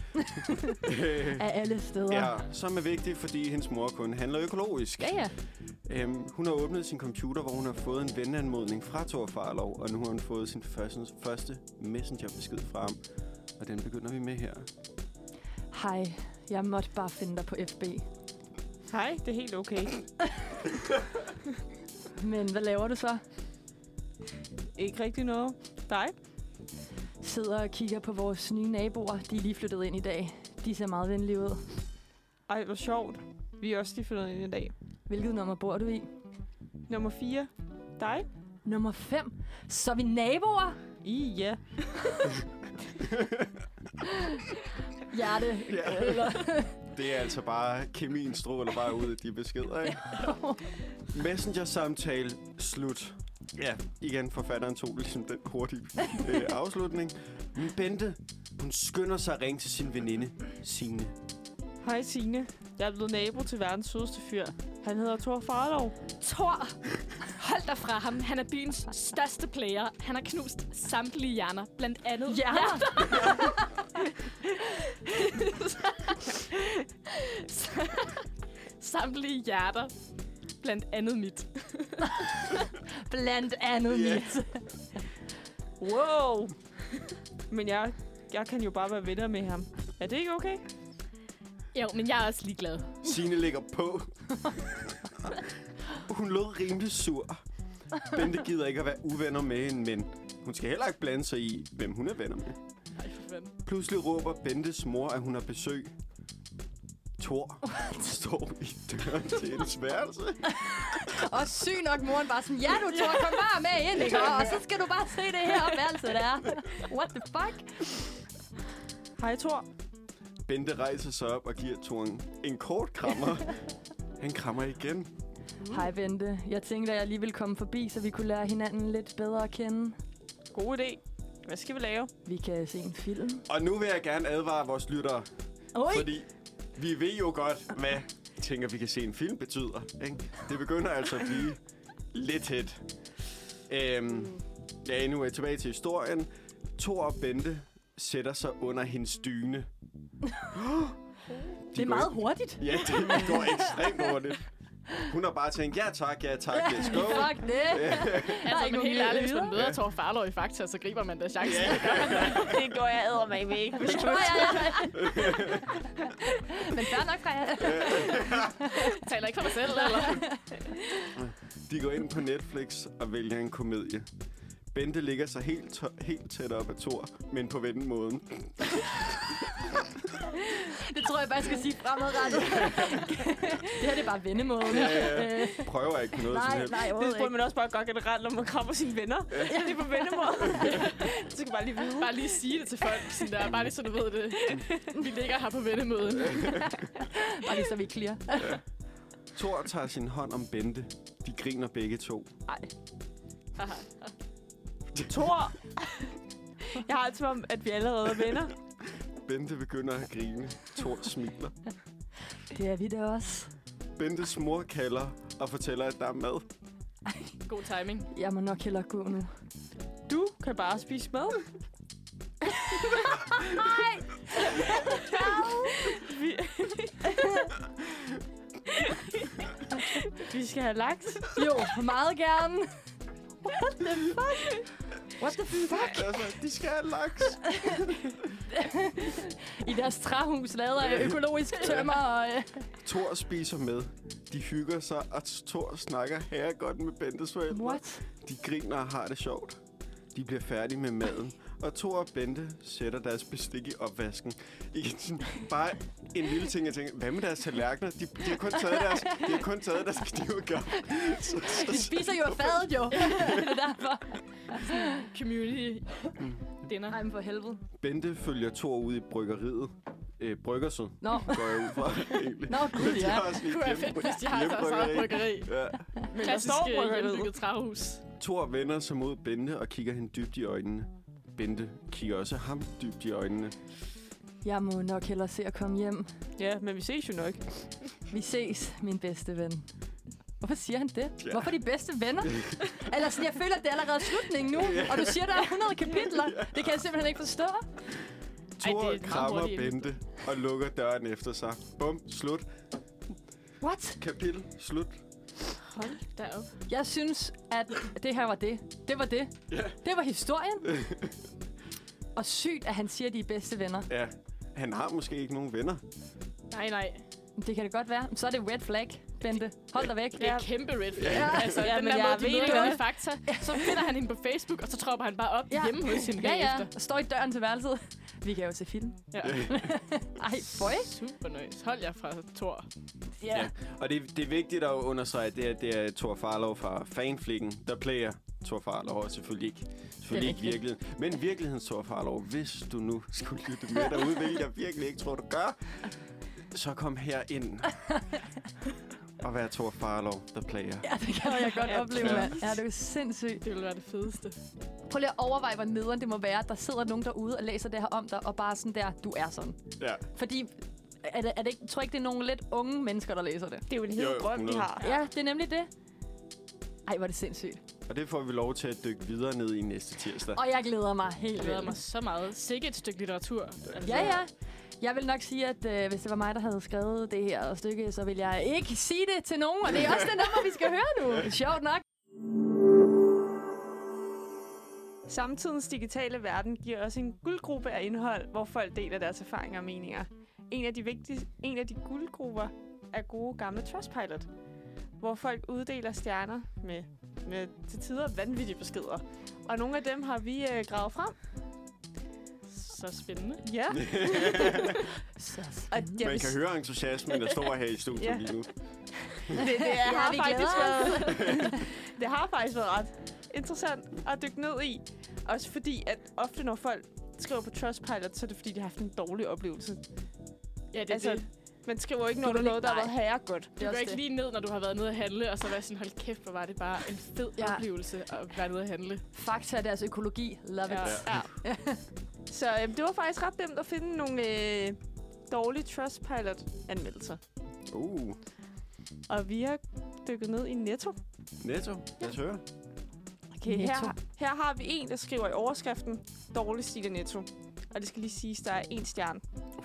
Af alle steder. Ja, som er vigtigt, fordi hendes mor kun handler økologisk. Ja, ja. Øhm, hun har åbnet sin computer, hvor hun har fået en venneanmodning fra Thor Farlov, og nu har hun fået sin første, første messengerbesked fra ham. Og den begynder vi med her. Hej, jeg måtte bare finde dig på F B. Hej, det er helt okay. Men hvad laver du så? Ikke rigtig noget. Dig? Sidder og kigger på vores nye naboer. De er lige flyttet ind i dag. De ser meget venlige ud. Ej, hvor sjovt. Vi er også lige flyttet ind i dag. Hvilket nummer bor du i? Nummer fire. Dig? Nummer fem. Så er vi naboer? I, ja. Hjerte. Ja. Eller... Det er altså bare kemien stråler bare ud af de beskeder, ikke? Messenger-samtale slut. Ja, igen, forfatteren tog ligesom den hurtige øh, afslutning. Men Bente, hun skynder sig at ringe til sin veninde, Signe. Hej, Signe. Jeg er blevet nabo til verdens sødeste fyr. Han hedder Thor Farlov. Thor, hold dig fra ham. Han er byens største player. Han har knust samtlige hjerner, blandt andet Hjerner? samtlige hjerter, blandt andet mit. Blandt andet Ja. mit. Wow. Men jeg, jeg kan jo bare være venner med ham. Er det ikke okay? Jo, men jeg er også ligeglad. Signe ligger på. Hun lød rimelig sur. Bente gider ikke at være uvenner med hende, men Hun skal heller ikke blande sig i, hvem hun er venner med. Ej, for fanden. Pludselig råber Bentes mor, at hun har besøg. Thor står i døren til hendes værelse. Og syg nok moren bare sådan, ja du Thor, kom bare med ind, ikke? Og så skal du bare se det her opværelse, der. What the fuck? Hej, Thor. Bente rejser sig op og giver Thor en, en kort krammer. Han krammer igen. Hej Bente. Jeg tænkte, at jeg lige ville komme forbi, så vi kunne lære hinanden lidt bedre at kende. God idé. Hvad skal vi lave? Vi kan se en film. Og nu vil jeg gerne advare vores lyttere. Oi. Fordi vi ved jo godt, hvad tænker, vi kan se en film betyder. Ikke? Det begynder altså at blive lidt tæt. Øhm, ja, nu er jeg tilbage til historien. Thor og Bente sætter sig under hendes dyne. De Det er meget hurtigt. Ja, det går ekstremt hurtigt. Hun har bare tænkt, ja tak, ja tak, let's go. Fuck det. Altså, men helt ærligt, hvis man møder Thor Farlov i Fakta, så griber man da chancen. Yeah. Det går jeg æder mig ikke. Det tror jeg, ja. Men fair nok, Freja. Taler ikke for mig selv, eller? De går ind på Netflix og vælger en komedie. Bente ligger sig helt, helt tæt op af Thor, men på vendemåden. Det tror jeg bare, jeg skal sige fremadrettet. Det her det er bare vendemåden. Ja, ja. Prøver ikke på noget nej, som helst. nej, Det burde man også bare godt generelt, når man krammer sine venner. Ja. Det er på vennemåden. Du skal bare lige vide. Bare lige sige det til folk, sådan der. Bare lige så du ved det. Vi ligger her på vendemåden. Bare lige så vi er clear. Ja. Thor tager sin hånd om Bente. De griner begge to. Ej. Thor! Jeg har altid om, at vi allerede er venner. Bente begynder at grine. Thor smiler. Det er vi da også. Bentes mor kalder og fortæller, at der er mad. God timing. Jeg må nok hellere gå nu. Du kan bare spise mad. Nej! vi, vi skal have laks. Jo, meget gerne. What the fuck? What the fuck? Altså, de skal have laks. I deres træhus lavet af økologisk tømmer og... Øh. Thor spiser med. De hygger sig, og Thor snakker herregodt med Bentes forældre. What? De griner og har det sjovt. De bliver færdige med maden, og Thor og Bente sætter deres bestik i opvasken. I sådan, bare en lille ting, jeg tænker, hvad med deres tallerkener? De, de har kun taget deres, de har kun taget deres knivgab. De spiser jo af fadet, jo. Det er derfor. Community dinner. Ej, men for helvede. Bente følger Thor ud i bryggeriet. Øh, Bryggerset, Nå. går jeg ud fra, egentlig. Nå, gud, ja. Det kunne være fedt, hvis de har så meget bryggeri. Ja. Klassisk hjemmebygget træhus. Thor vender sig mod Bente og kigger hende dybt i øjnene. Bente kigger også ham dybt i øjnene. Jeg må nok hellere se at komme hjem. Ja, men vi ses jo nok. Vi ses, min bedste ven. Hvorfor siger han det? Ja. Hvorfor de bedste venner? Eller sådan, jeg føler, at det er allerede slutningen nu, og du siger, der er hundrede kapitler. Det kan jeg simpelthen ikke forstå. Thor Ej, krammer Bente og lukker døren efter sig. Bum, slut. What? Kapitel, slut. Hold da op. Jeg synes, at det her var det. Det var det. Yeah. Det var historien. Og sygt, at han siger, at de er bedste venner. Ja, han har måske ikke nogen venner. Nej, nej. Det kan det godt være. Så er det red flag, Bente. Hold dig væk. Det er kæmpe red flag. Ja. Altså, Ja, den men der jeg måde, de ved møder det i Fakta, så finder han hende på Facebook, og så tropper han bare op Ja. hjemme hos hende Ja, ja. bagefter. Står i døren til værelset. Vi kan jo se film. Ja. Ej, boy. Super nice. Hold jer fra Thor. Ja. Ja. Og det, det er vigtigt at understrege, at det er, det er Thor Farlov fra fanflikken, der player Thor Farlov, og selvfølgelig ikke, selvfølgelig ikke virkeligheden. Men virkelighedens Thor Farlov, hvis du nu skulle lytte med derude, hvilket jeg virkelig ikke tror, du gør, så kom her ind og vær Thor Farlov, der player. Ja, det kan jeg godt Ja, opleve, ja. mand. Ja, det er jo sindssygt. Det vil være det fedeste. Prøv lige at overveje, hvor nederen det må være, at der sidder nogen derude og læser det her om dig, og bare sådan der, du er sådan. Ja. Fordi, er det, er det ikke, tror jeg ikke, det er nogle lidt unge mennesker, der læser det? Det er jo en Jo, hel jo, drøm, vi hundrede. har. Ja, det er nemlig det. Ej, hvor er det sindssygt. Og det får vi lov til at dykke videre ned i næste tirsdag. Og jeg glæder mig helt Jeg glæder vildt. mig så meget. Sikke et stykke litteratur. Altså, Ja, ja. Jeg vil nok sige, at øh, hvis det var mig, der havde skrevet det her stykke, så vil jeg ikke sige det til nogen. Og det er også det nummer, vi skal høre nu. Sjovt nok. Samtidens digitale verden giver os en guldgruppe af indhold, hvor folk deler deres erfaringer og meninger. En af de vigtige, en af de guldgrupper er gode gamle Trustpilot, hvor folk uddeler stjerner med med til tider vanvittige beskeder. Og nogle af dem har vi øh, gravet frem. Så spændende. Ja. Så Og jeg Man vil kan s- høre entusiasmen, der står her i studiet Ja. lige nu. det, det, har vi faktisk glæder været, det har faktisk været ret interessant at dykke ned i. Også fordi, at ofte når folk skriver på Trustpilot, så er det fordi, de har haft en dårlig oplevelse. Ja, det er Altså, det. man skriver ikke Du noget, vil noget ikke- der har nej. været herregodt. Du går også ikke det. lige ned, når du har været nede at handle, og så være sådan, hold kæft, hvor var det bare en fed Ja. ja. oplevelse at være nede at handle. Fakta er deres økologi. Love Ja. it. Ja. Så øhm, det var faktisk ret nemt at finde nogle øh, dårlige Trustpilot-anmeldelser. Uh, Og vi har dykket ned i Netto. Netto. Lad os høre. Okay, Netto. her, her har vi en, der skriver i overskriften, dårlig stil af Netto. Og det skal lige siges, der er en stjerne.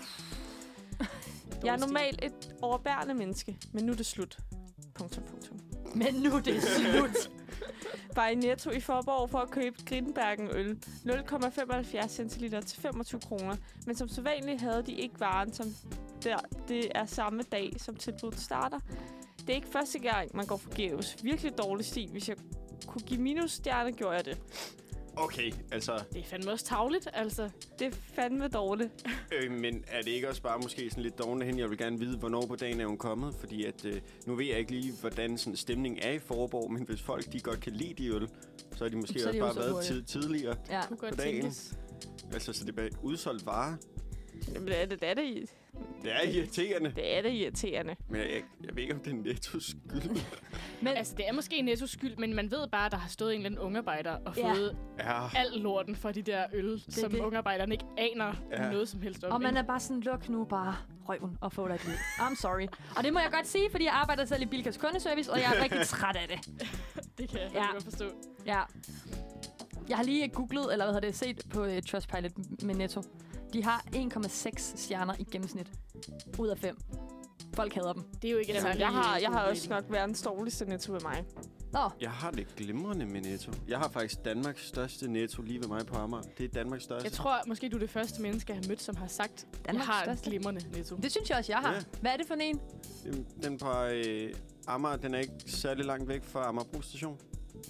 Jeg er stil. normalt et overbærende menneske, men nu er det slut. Punktum, punktum. Men nu er det slut. Var i Netto i Forborg for at købe Grinbergen øl. nul komma femoghalvfjerds centiliter til femogtyve kroner. Men som sædvanligt havde de ikke varen, som der, det er samme dag, som tilbuddet starter. Det er ikke første gang, man går forgæves. Virkelig dårlig stil. Hvis jeg kunne give minusstjerne, gjorde jeg det. Okay, altså... Det er fandme også tavligt, altså. Det er fandme dårligt. Øh, men er det ikke også bare måske sådan lidt dårligt hen? Jeg vil gerne vide, hvornår på dagen er hun kommet. Fordi at, øh, nu ved jeg ikke lige, hvordan sådan stemningen er i Forborg. Men hvis folk de godt kan lide de øl, så har de måske Så er også de jo bare så været hurtigt. tid, tidligere. Ja. Kunne godt På dagen. tænkes. Altså, så det er bare udsolgt varer. Jamen, det er det, det er det, Det er irriterende. det er det irriterende. Men jeg, jeg ved ikke, om det er Nettos skyld. Men Altså, det er måske Nettos skyld, men man ved bare, at der har stået en eller anden ungarbejder og Ja. fået Ja. al lorten for de der øl, som det. ungarbejderne ikke aner Ja. ja. noget som helst om. og man ikke? er bare sådan, luk nu bare røven og få dig et liv. I'm sorry. Og det må jeg godt sige, fordi jeg arbejder selv i Bilkas kundeservice, og jeg er rigtig træt af det. Det kan jeg Ja. ja. godt forstå. Ja. Jeg har lige googlet, eller hvad har det set på uh, Trustpilot med Netto. De har en komma seks stjerner i gennemsnit ud af fem. Folk hader dem. Det er jo ikke et Jamen, særligt jeg har, jeg har god også rating. nok verdens dårligste Netto ved mig. Nå, Jeg har det glimrende med Netto. Jeg har faktisk Danmarks største Netto lige ved mig på Amager. Det er Danmarks største. Jeg tror måske, du er det første menneske, jeg har mødt, som har sagt, at jeg Danmarks har største. et glimrende Netto. det synes jeg også, jeg har. Ja. Hvad er det for en? Jamen, Den på øh, Amager, den er ikke særlig langt væk fra Amagerbro station.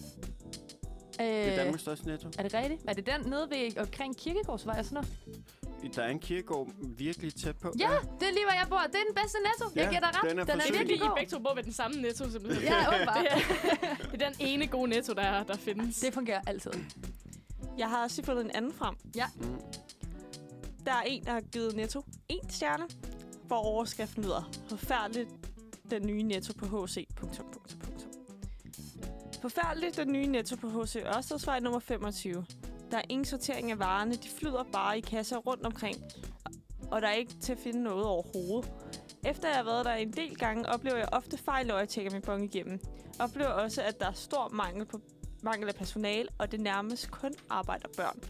Øh, Det er Danmarks største Netto. er det rigtigt? Er det den nede ved omkring Kirkegårdsvej og sådan noget? Der er en kirkegård virkelig tæt på. Ja, det er lige, hvor jeg bor. Det er den bedste Netto. Ja, Jeg gætter ret. den er den er for Det er Virkelig fordi, virkelig I god. begge to bor ved den samme Netto, simpelthen. Ja, åbenbart. det, er, det er den ene gode Netto, der, der findes. Det fungerer altid. Jeg har også lige fundet en anden frem. Mm. Der er en, der har givet Netto en stjerne, hvor overskriften lyder, forfærdeligt den nye Netto på H C. Punktum, punktum, punktum. Forfærdeligt den nye Netto på H C Ørstedsvej nummer femogtyve. Der er ingen sortering af varerne, de flyder bare i kasser rundt omkring, og der er ikke til at finde noget overhovedet. Efter jeg har været der en del gange, oplever jeg ofte fejl, når jeg tjekker min bong igennem. Oplever også, at der er stor mangel på mangel af personale, og det nærmest kun arbejder børn.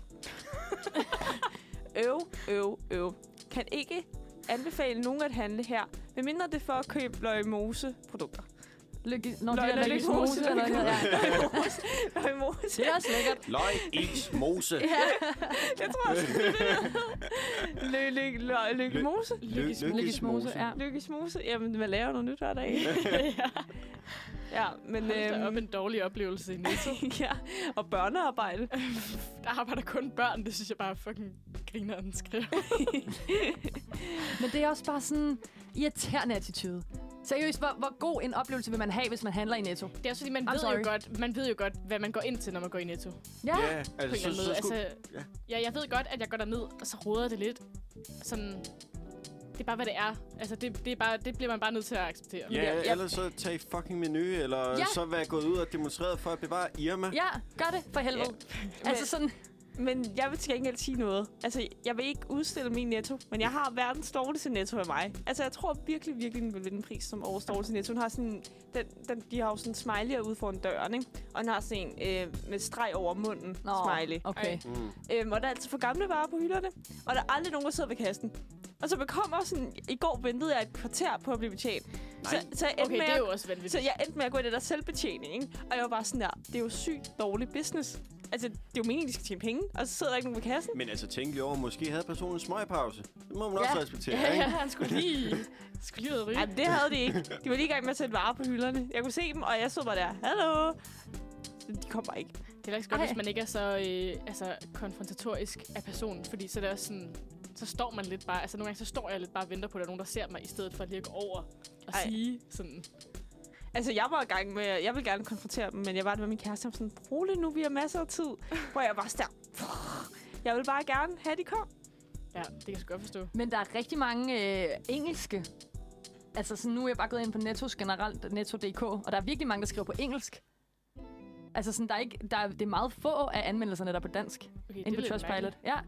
øv, øv, øv. Kan ikke anbefale nogen at handle her, medmindre det er for at købe Løgmose-produkter. Lykke, når Løg- det er Lykkes Mose, eller hvad ja. Løgmose. Løgmose. Det er også lækkert. Løg, is, mose. Ja. Jeg tror også, det er det. Lø- lø- lø- Løgmose. Lykkes Lykkes Lykkes Mose, Mose. ja. Lykkes Mose. Jamen, man laver noget nyt hver dag. Ja, men... Hold da op, Øhm, en dårlig oplevelse i Netto. ja, og børnearbejde. Der arbejder kun børn, det synes jeg bare er fucking grineren skriver. Men det er også bare sådan irriterende attitude. Seriøst, hvor, hvor god en oplevelse vil man have, hvis man handler i Netto? Det er også fordi, man I'm ved, sorry. jo godt, man ved jo godt, hvad man går ind til, når man går i Netto. Ja. Ja, På en altså, eller så, anden så måde. skulle... Altså, ja. ja, jeg ved godt, at jeg går derned, og så roder det lidt. Sådan, det er bare, hvad det er. Altså, det, det, er bare, det bliver man bare nødt til at acceptere. Ja, Ja, ja. ellers så tag fucking menu, eller Ja. så være gået ud og demonstreret for at bevare Irma. Ja, gør det for helvede. Ja. Altså sådan, Men jeg vil til gengæld sige noget. Altså, jeg vil ikke udstille min Netto, men jeg har verdens dårligste Netto af mig. Altså, jeg tror virkelig, virkelig, den vil vinde en pris som årets dårligste Netto. Den har sådan, den, den, de har jo sådan en smiley ude foran døren, ikke? Og den har sådan en øh, med streg over munden Nå, smiley. okay. Mm. Øhm, og der er altid for gamle varer på hylderne. Og der er aldrig nogen, der sidder ved kassen. Og så kommer sådan, i går ventede jeg et kvarter på at blive betjent. Så, Nej. så, jeg endte Okay, med det er at, jo også vanvittigt. så jeg endte med at gå i det der selvbetjening, ikke? Og jeg var bare sådan der, det er jo sygt dårlig business. Altså, det er jo meningen, de skal tjene penge, og så sidder der ikke nogen ved kassen. Men altså, tænk lige over, måske havde personen en smøgpause. Det må man Ja. også respektere, Ja, ikke? ja, han skulle lige, skulle lige ud og ryge. Ja, det havde de ikke. De var lige i gang med at sætte varer på hylderne. Jeg kunne se dem, og jeg stod bare der, hallo. de kommer ikke. Det er heller ikke så godt, Ej. hvis man ikke er så øh, altså, konfrontatorisk af person, fordi så er det også sådan, så står man lidt bare, altså nogle gange så står jeg lidt bare og venter på, at der er nogen, der ser mig, i stedet for at lige at gå over og Ej. sige sådan. Altså, jeg var i gang med, jeg vil gerne konfrontere dem, men jeg var det med min kæreste, og sådan, rolig nu, vi har masser af tid. Hvor jeg bare stær. Jeg vil bare gerne have, de kom. Ja, det kan jeg sgu godt forstå. Men der er rigtig mange øh, engelske. Altså, sådan, nu er jeg bare gået ind på Nettos generelt, netto punktum d k, og der er virkelig mange, der skriver på engelsk. Altså, sådan, der er ikke, der er, det er meget få af anmeldelserne, der er på dansk. Okay, Inde på Trustpilot. Ja.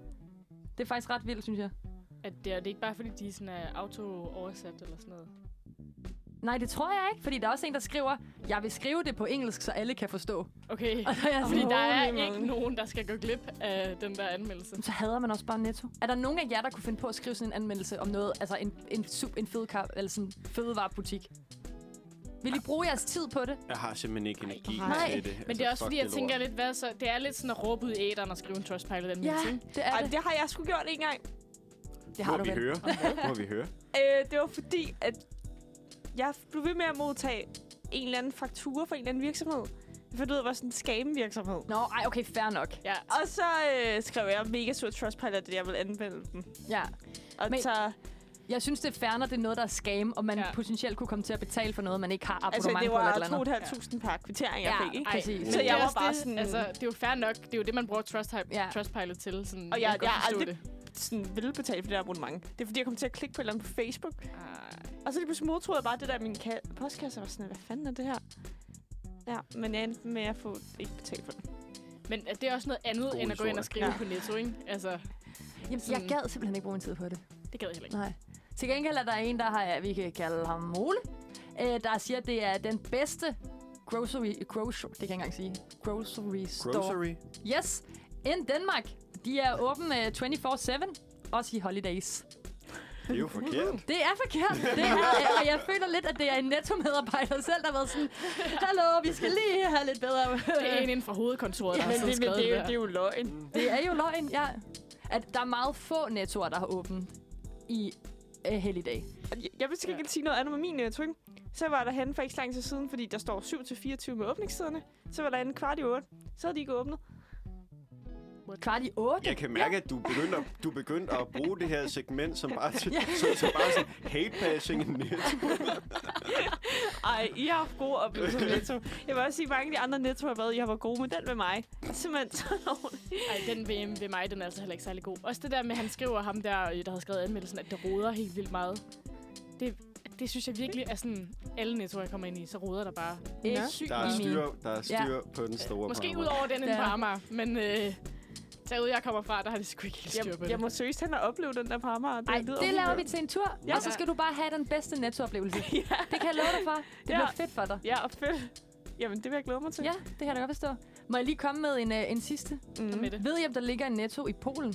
Det er faktisk ret vildt, synes jeg. At det er, det er ikke bare, fordi de sådan er auto-oversat eller sådan noget. Nej, det tror jeg ikke, fordi der er også en, der skriver, jeg vil skrive det på engelsk, så alle kan forstå. Okay, Og så er jeg fordi sådan, der er Holy ikke moly. nogen, der skal gå glip af den der anmeldelse. så hader man også bare Netto. Er der nogen af jer, der kunne finde på at skrive sådan en anmeldelse om noget, altså en, en, en, en fødekar, eller sådan en fødevarebutik? Vil I bruge jeres tid på det? Jeg har simpelthen ikke energi Nej. til det. Men Altså, det er også fuck fordi, jeg det tænker lort. lidt, hvad så, det er lidt sådan at råbe ud i æderen og skrive en Trustpilot-anmeldelse, Ja, ikke? det er Ej, det. det har jeg sgu gjort en gang. Det har Må du vi vel. høre? Må vi høre? Øh, det var fordi, at jeg blev ved med at modtage en eller anden faktura fra en eller anden virksomhed. Jeg fandt ud af, at det var sådan en scam-virksomhed. Nå, ej, okay, fair nok. Ja, Og så øh, skrev jeg mega sur Trustpilot, at jeg ville anmelde dem. Ja. Og Men- så, Jeg synes, det er fair, når det er noget, der er scam, og man Ja. ja. potentielt kunne komme til at betale for noget, man ikke har abonnement altså, det på eller et var eller to andet. tusind fem hundrede per kvittering, jeg Ja. fik, ikke? Ej, præcis. men Så det jeg er var også bare det, sådan- Altså, det er jo fair nok. Det er jo det, man bruger Trustpilot, Ja. Trustpilot til. Sådan, Og jeg, kan jeg godt har forstå aldrig sådan, ville betale for det abonnement. Det er fordi, jeg kom til at klikke på et eller andet på Facebook. det. Ej. Og så lige pludselig modtog jeg bare det der, min ka- postkasse var sådan, hvad fanden er det her? Ja, men jeg endte med at få ikke betalt for det. Men det er også noget andet, God end at gå ind og skrive Ja. på Netto, ikke? Altså, Jamen, jeg sådan- gad simpelthen ikke bruge min tid på det. det gad jeg heller ikke. Nej. Til gengæld er der en, der har, ja, vi kan kalde ham Ole, øh, der siger, at det er den bedste grocery, grocery, det kan jeg ikke engang sige, grocery store. Grocery? Yes, in Denmark. De er åbne uh, toogtyve syv, også i holidays. Det er jo forkert. Det er forkert. Det er, og jeg føler lidt, at det er en netto-medarbejder selv, der har været sådan, hallo, vi skal lige have lidt bedre. Det er en inden fra hovedkontoret, der har Men siddet det, men skrevet det, er jo, der. det er jo løgn. Det er jo løgn, ja. At der er meget få nettoer, der har åbent i uh, helligdag. Og jeg- Jeg vil til gengæld sige noget andet med min Netto, ikke? Så var der henne for ikke så lang tid siden, fordi der står syv til fireogtyve med åbningstiderne. Så var der en kvart i otte. Så havde de ikke åbnet. Kvart i otte. Jeg kan mærke, at du begynder, du begyndte at bruge det her segment som bare, til, Ja. som, som bare sådan hate-bashing i Netto. Ej, I har haft gode oplevelser med Netto. Jeg vil også sige, at mange af de andre Netto har været, I har været gode med den med mig. Simpelthen så dårligt. Ej, den ved, ved mig, den er altså heller ikke særlig god. Også det der med, at han skriver ham der, øh, der havde skrevet anmeldelsen, at det roder helt vildt meget. Det, det synes jeg virkelig er sådan, alle nettoer, jeg kommer ind i, så roder der bare. Det er Ja. sygt Der er i min. styr, der er styr Ja. på den store Måske Parma. ud over den inde Ja. på Amager, men øh, derude jeg kommer fra, der har de sgu ikke helt styr på Jeg, det. jeg må seriøst hen og opleve den der på Amager. Ej, lyder det laver vi vildt. til en tur. Ja. Og så skal du bare have den bedste netto-oplevelse. Ja. Det kan jeg love dig for. Det Ja. bliver fedt for dig. Ja, og fedt. Jamen, det vil jeg glæde mig til. Ja, det kan jeg da godt forstå. Må jeg lige komme med en, uh, en sidste? Kom Mm. med det. Ved I, om der ligger en netto i Polen?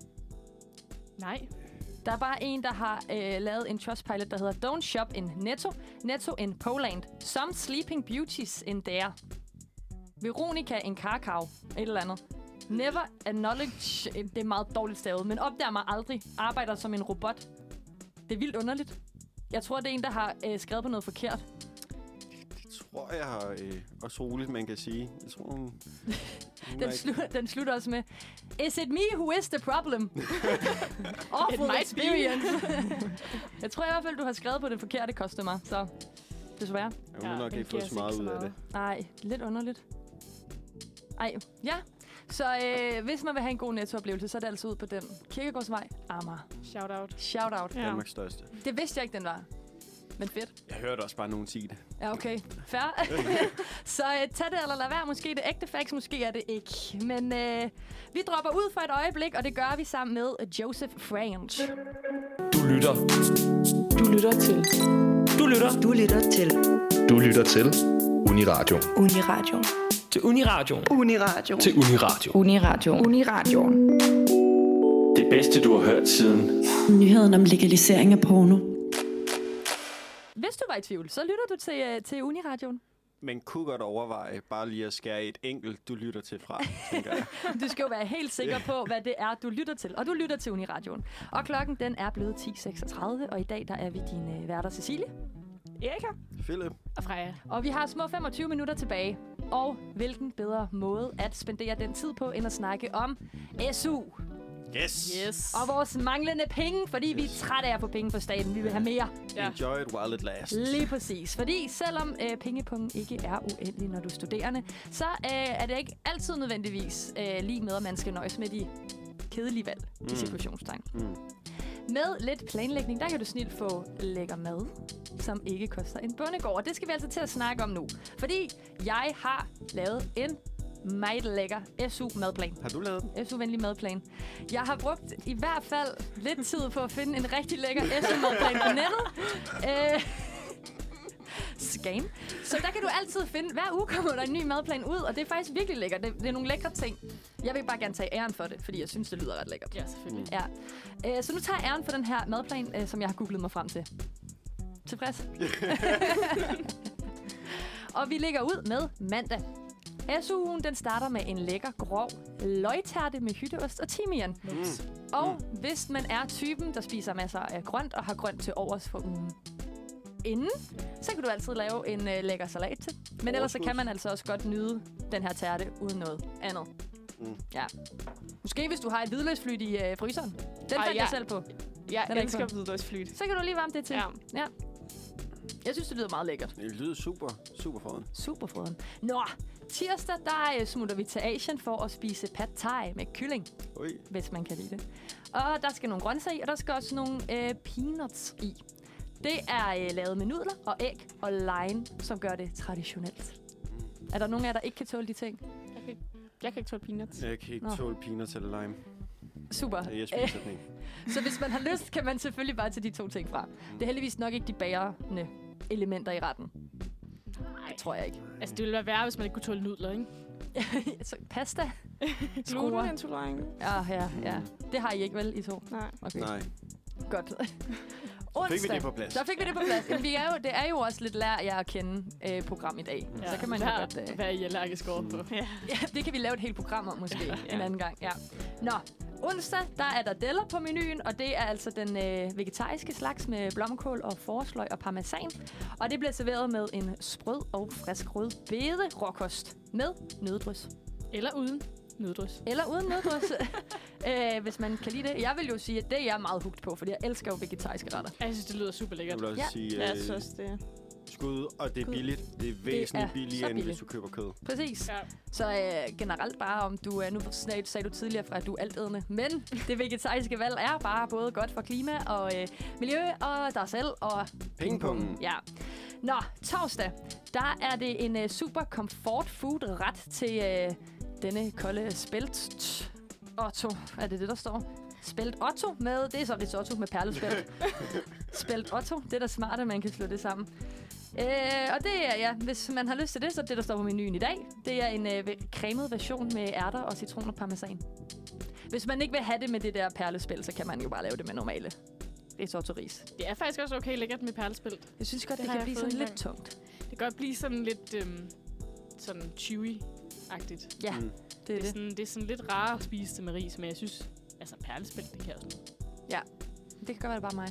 Nej. Der er bare en, der har uh, lavet en Trustpilot, der hedder Don't shop in Netto. Netto in Poland. Some sleeping beauties in there. Veronica in Krakow. Et eller andet. Never acknowledge... Det er meget dårligt stavet, men opdager mig aldrig. Arbejder som en robot. Det er vildt underligt. Jeg tror, det er en, der har uh, skrevet på noget forkert. Det tror jeg har øh, også roligt, man kan sige. Jeg tror, hun, hun er Den, ikke- slutter, den slutter også med, is it me who is the problem? Awful It might experience. Jeg tror i hvert fald, du har skrevet på det forkerte customer, så desværre. Ja, hun har nok den ikke giver fået så os ikke meget ud af det. Nej, lidt underligt. Ej, ja. Så øh, hvis man vil have en god netto-oplevelse, så er det altså ud på den. Kirkegårdsvej, Amager. Shout out. Shout out. Ja. Danmarks største. Det vidste jeg ikke, den var. Men fedt. Jeg hørte også bare nogen sige det. Ja, okay. Fair. Så øh, tag det eller lad være. Måske er det ægte facts, måske er det ikke. Men øh, vi dropper ud for et øjeblik, og det gør vi sammen med Joseph French. Du lytter. Du lytter til Du lytter. Du lytter til Du lytter til Uniradio. Uniradio. Til Uniradio. Uniradio. Til Uniradio. Uniradio. Uniradio. Det bedste, du har hørt siden. Nyheden om legalisering af porno. Hvis du var i tvivl, så lytter du til, øh, til Uniradioen. Man kunne godt overveje bare lige at skære et enkelt, du lytter til fra, tænker jeg. Du skal jo være helt sikker på, hvad det er, du lytter til. Og du lytter til Uniradioen. Og klokken, den er blevet ti seksogtredive, og i dag, der er vi dine øh, værter, Cecilie. Erika. Philip. Og Freja. Og vi har små femogtyve minutter tilbage. Og hvilken bedre måde at spendere den tid på, end at snakke om S U. Yes. Yes. Og vores manglende penge, fordi yes. vi er trætte af at få penge fra staten. Vi vil have mere. Ja. Enjoy it while it lasts. Lige præcis. Fordi selvom øh, pengepungen ikke er uendelig, når du er studerende, så øh, er det ikke altid nødvendigvis øh, lige med, at man skal nøjes med de kedelige valg mm. i situationstegn. Mm. Med lidt planlægning, der kan du snilt få lækker mad, som ikke koster en bondegård. Og det skal vi altså til at snakke om nu. Fordi jeg har lavet en meget lækker S U-madplan. Har du lavet den? S U-venlig madplan. Jeg har brugt i hvert fald lidt tid på at finde en rigtig lækker S U-madplan på nettet. Øh, Scam. Så der kan du altid finde, hver uge kommer der en ny madplan ud, og det er faktisk virkelig lækkert. Det, det er nogle lækre ting. Jeg vil bare gerne tage æren for det, fordi jeg synes, det lyder ret lækkert. Ja, selvfølgelig. Ja. Øh, så nu tager jeg æren for den her madplan, øh, som jeg har googlet mig frem til. Tilfreds? Og vi lægger ud med mandag. S U-ugen, den starter med en lækker, grov løgtærte med hytteost og timian. Mm. Og hvis man er typen, der spiser masser af grønt og har grønt til overs for ugen inden, så kan du altid lave en øh, lækker salat til. Men ellers så kan man altså også godt nyde den her tærte uden noget andet. Mm. Ja. Måske hvis du har et hvidløgsflyt i øh, fryseren. Den Ej, fandt ja. jeg selv på. Jeg Den er elsker ikke hvidløgsflyt. Så kan du lige varme det til. Ja. Ja. Jeg synes, det lyder meget lækkert. Det lyder super, super foran. Super froden. Nå, tirsdag, der øh, smutter vi til Asien for at spise pad thai med kylling, Ui. hvis man kan lide det. Og der skal nogle grøntsager i, og der skal også nogle øh, peanuts i. Det er øh, lavet med nudler og æg og lime, som gør det traditionelt. Er der nogen af jer, der ikke kan tåle de ting? Jeg kan, ikke- jeg kan ikke tåle peanuts. Jeg kan ikke Nå. tåle peanuts eller lime. Super. Det er jeg spiser den ikke. Så hvis man har lyst, kan man selvfølgelig bare tage de to ting fra. Det er heldigvis nok ikke de bærende elementer i retten. Nej. Tror jeg ikke. Altså, det ville være værre, hvis man ikke kunne tåle nudler, ikke? Så pasta? Glutenintolerant. Ja, ja, ja. Det har I ikke vel, I to? Nej. Okay, Nej. godt. Fik vi det på plads? Så fik vi det på plads. Jamen, vi er jo, det er jo også lidt lær jer at kende øh, program i dag. Ja, så kan man jo hvad, godt... Øh, hvad er I allergisk over på? Ja. ja, det kan vi lave et helt program om måske Ja. en anden gang. Ja. Nå, onsdag, der er der deller på menuen, og det er altså den øh, vegetariske slags med blomkål og forårsløg og parmesan. Og det bliver serveret med en sprød og frisk rødbede råkost med nøddrys. Eller uden nøddrys. Eller uden nøddrys, øh, hvis man kan lide det. Jeg vil jo sige, at det er jeg meget hugt på, fordi jeg elsker jo vegetariske retter. Jeg synes, det lyder super Jeg lækkert. vil også Ja. sige, Jeg øh, synes det. skud, og det er Skud. billigt. Det er væsentligt er billigere, så end hvis billigt. du køber kød. Præcis. Ja. Så øh, generelt bare om du er, nu sagde, sagde du tidligere fra, at du er altædende, men det vegetariske valg er bare både godt for klima og øh, miljø og dig selv og Pengepungen. Ja. Nå, torsdag, der er det en øh, super comfort food ret til øh, denne kolde spelt Otto. Er det det, der står? Spelt Otto med, det er så risotto med perlespelt. Spelt Otto, det er da smart, at man kan slå det sammen. Øh, og det er, ja, hvis man har lyst til det, så er det, der står på menuen i dag. Det er en øh, cremet version med ærter og citron og parmesan. Hvis man ikke vil have det med det der perlespil, så kan man jo bare lave det med normale risotto-ris. Det er faktisk også okay lækkert med perlespelt. Jeg synes godt, Det det, har kan jeg blive fået sådan en lidt tungt. Det kan godt blive sådan lidt øhm, sådan chewy-agtigt. Ja, Mm. det Det er er, det. sådan, det er sådan lidt rarere at spise det med ris, men jeg synes, altså perlespelt, det kan også noget. Det kan godt være, det bare mig.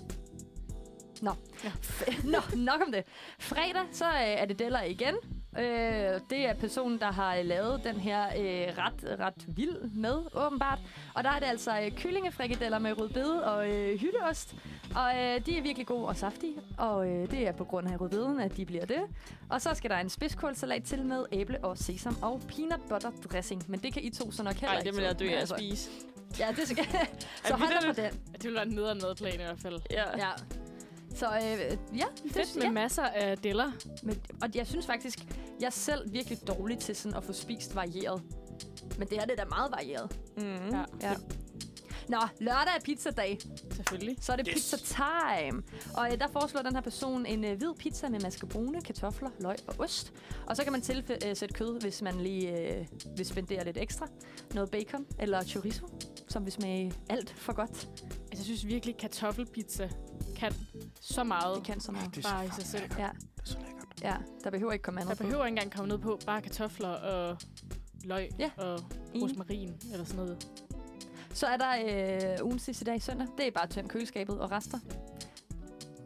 Nå. Ja. Nå, nok om det. Fredag, så øh, er det Deller igen. Øh, det er personen, der har øh, lavet den her øh, ret, ret vild med, åbenbart. Og der er det altså øh, kyllingefrikadeller med rødbede og øh, hytteost. Og øh, de er virkelig gode og saftige. Og øh, det er på grund af rødbeden, at de bliver det. Og så skal der en spidskålsalat til med æble og sesam og peanut butter dressing. Men det kan I to så nok heller Ej, ikke. det vil jeg dø Men af at altså, spise. Ja, det skal... så Er hold da på vitterligt? den. Det vil være en nederen madplan i hvert fald. Ja. Ja. Så øh, ja, det, Fedt med ja. masser af deller. Men, og jeg synes faktisk, jeg er selv virkelig dårlig til sådan at få spist varieret. Men det her det er da meget varieret. Mm. Ja, Ja. Nå, lørdag er pizzadag. selvfølgelig. Så er det Yes. pizza time. Og øh, der foreslår den her person en øh, hvid pizza med mascarpone, kartofler, løg og ost. Og så kan man tilsætte kød, hvis man lige øh, vil spendere lidt ekstra. Noget bacon eller chorizo, som vil smage alt for godt. Altså, jeg synes virkelig, kartoffelpizza kan så meget. Det kan så meget. Det er Bare i så sig selv. Ja, Det er så lækkert. ja, der behøver ikke komme Der andet på. behøver ikke engang komme noget på. Bare kartofler og løg Ja. og Enig. rosmarin eller sådan noget. Så er der øh, ugen sidste dag søndag. Det er bare tømt køleskabet og rester.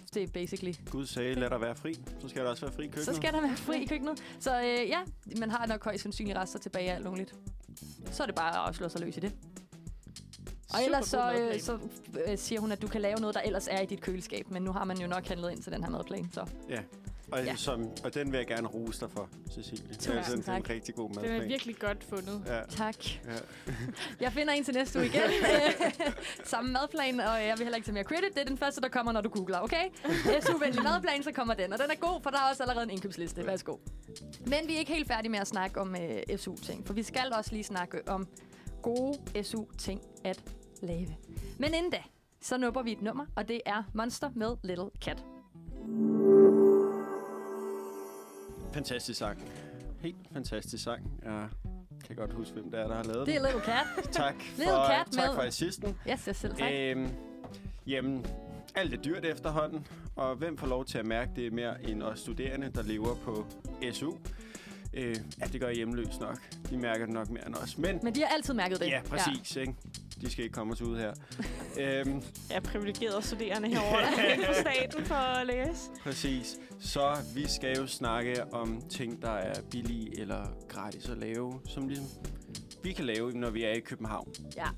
det er basically. Gud sagde, lad der være fri. Så skal der også være fri i køkkenet. Så skal der være fri i køkkenet. Så øh, ja, man har nok højst sandsynligt rester tilbage af alt muligt. Så er det bare at slå sig løs i det. Og ellers så, øh, så øh, siger hun, at du kan lave noget, der ellers er i dit køleskab. Men nu har man jo nok handlet ind til den her madplan, så... Ja. Og, Ja. som, og den vil jeg gerne rose dig for, Cecilie. Det er, sådan, det er en rigtig god madplan. Den er virkelig godt fundet. Ja. Tak. Ja. Jeg finder en til næste uge igen. Samme madplan, og jeg vil heller ikke tage mere credit. Det er den første, der kommer, når du googler, okay? S U-venlig madplan, så kommer den. Og den er god, for der er også allerede en indkøbsliste. Værsgo. Men vi er ikke helt færdige med at snakke om uh, S U-ting, for vi skal også lige snakke om gode S U-ting at lave. Men inden da, så nupper vi et nummer, og det er Monster med Little Cat. Fantastisk sang. Helt fantastisk sang. Jeg kan godt huske, hvem det er, der har lavet Det er den. Little Cat. Tak Little for, Cat tak med- for assisten. Yes, yes, selv tak. Øhm, jamen, alt er dyrt efterhånden, og hvem får lov til at mærke det mere end os studerende, der lever på S U? Øh, ja, det gør hjemløs nok. De mærker det nok mere end os. Men, Men de har altid mærket det. ja, præcis, ja. Ikke? De skal ikke komme os ud her. øhm, Jeg er privilegeret studerende herovre, der kan ikke få staten for at læse. Præcis. Så vi skal jo snakke om ting, der er billige eller gratis at lave, som ligesom vi kan lave, når vi er i København Ja.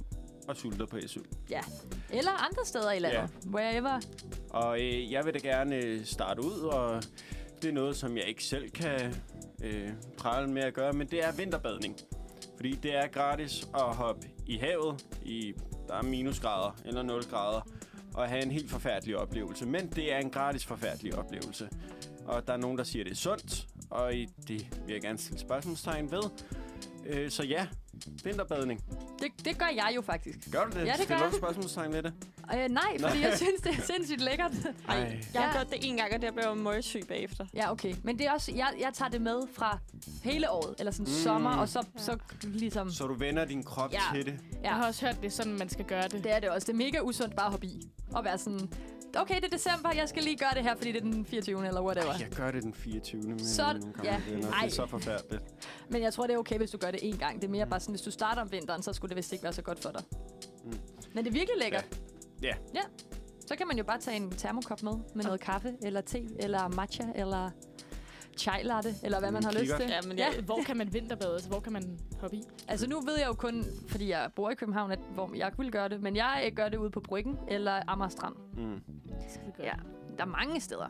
og sulter på S U. Ja. Eller andre steder i landet. Ja. Wherever. Og øh, jeg vil da gerne starte ud, og det er noget, som jeg ikke selv kan øh, prale med at gøre, men det er vinterbadning. Fordi det er gratis at hoppe i havet, i der er minusgrader eller nul grader, og have en helt forfærdelig oplevelse. Men det er en gratis forfærdelig oplevelse. Og der er nogen, der siger, det er sundt, og det vil jeg gerne stille spørgsmålstegn ved. Øh, så ja, vinterbadning. Det, det gør jeg jo faktisk. Gør du det? Ja, det gør Stiller jeg. du spørgsmålstegn ved det? Øh, nej, fordi jeg synes, det er sindssygt lækkert. Ej. Jeg har Ja. gjort det en gang, og der blev jeg møgsyg bagefter. Ja, okay. Men det er også, jeg, jeg tager det med fra hele året, eller sådan Mm. mm. sommer, og så, så ligesom... Så du vender din krop Ja. til det? Jeg har også hørt, det er sådan, man skal gøre det. Det er det også. Det er mega usundt bare at hoppe i. Og være sådan, okay, det er december, jeg skal lige gøre det her, fordi det er den fireogtyvende eller whatever. Ej, jeg gør det den fireogtyvende med Så- nogle gamle ja. venner. Det Ej. er så forfærdeligt. Men jeg tror, det er okay, hvis du gør det én gang. Det er mere bare sådan, hvis du starter om vinteren, så skulle det vist ikke være så godt for dig. Mm. Men det er virkelig lækkert. Ja. Ja. Så kan man jo bare tage en termokop med, med noget kaffe, eller te, eller matcha, eller chai latte, eller hvad Mm, man har lyst kikkert. til. Ja, men Ja. jeg, Hvor kan man vinterbade? Altså, hvor kan man hoppe i? Altså nu ved jeg jo kun, fordi jeg bor i København, at, hvor jeg vil gøre det. Men jeg gør det ude på Bryggen eller Amager Strand. Mm. Skide godt. Ja, der er mange steder.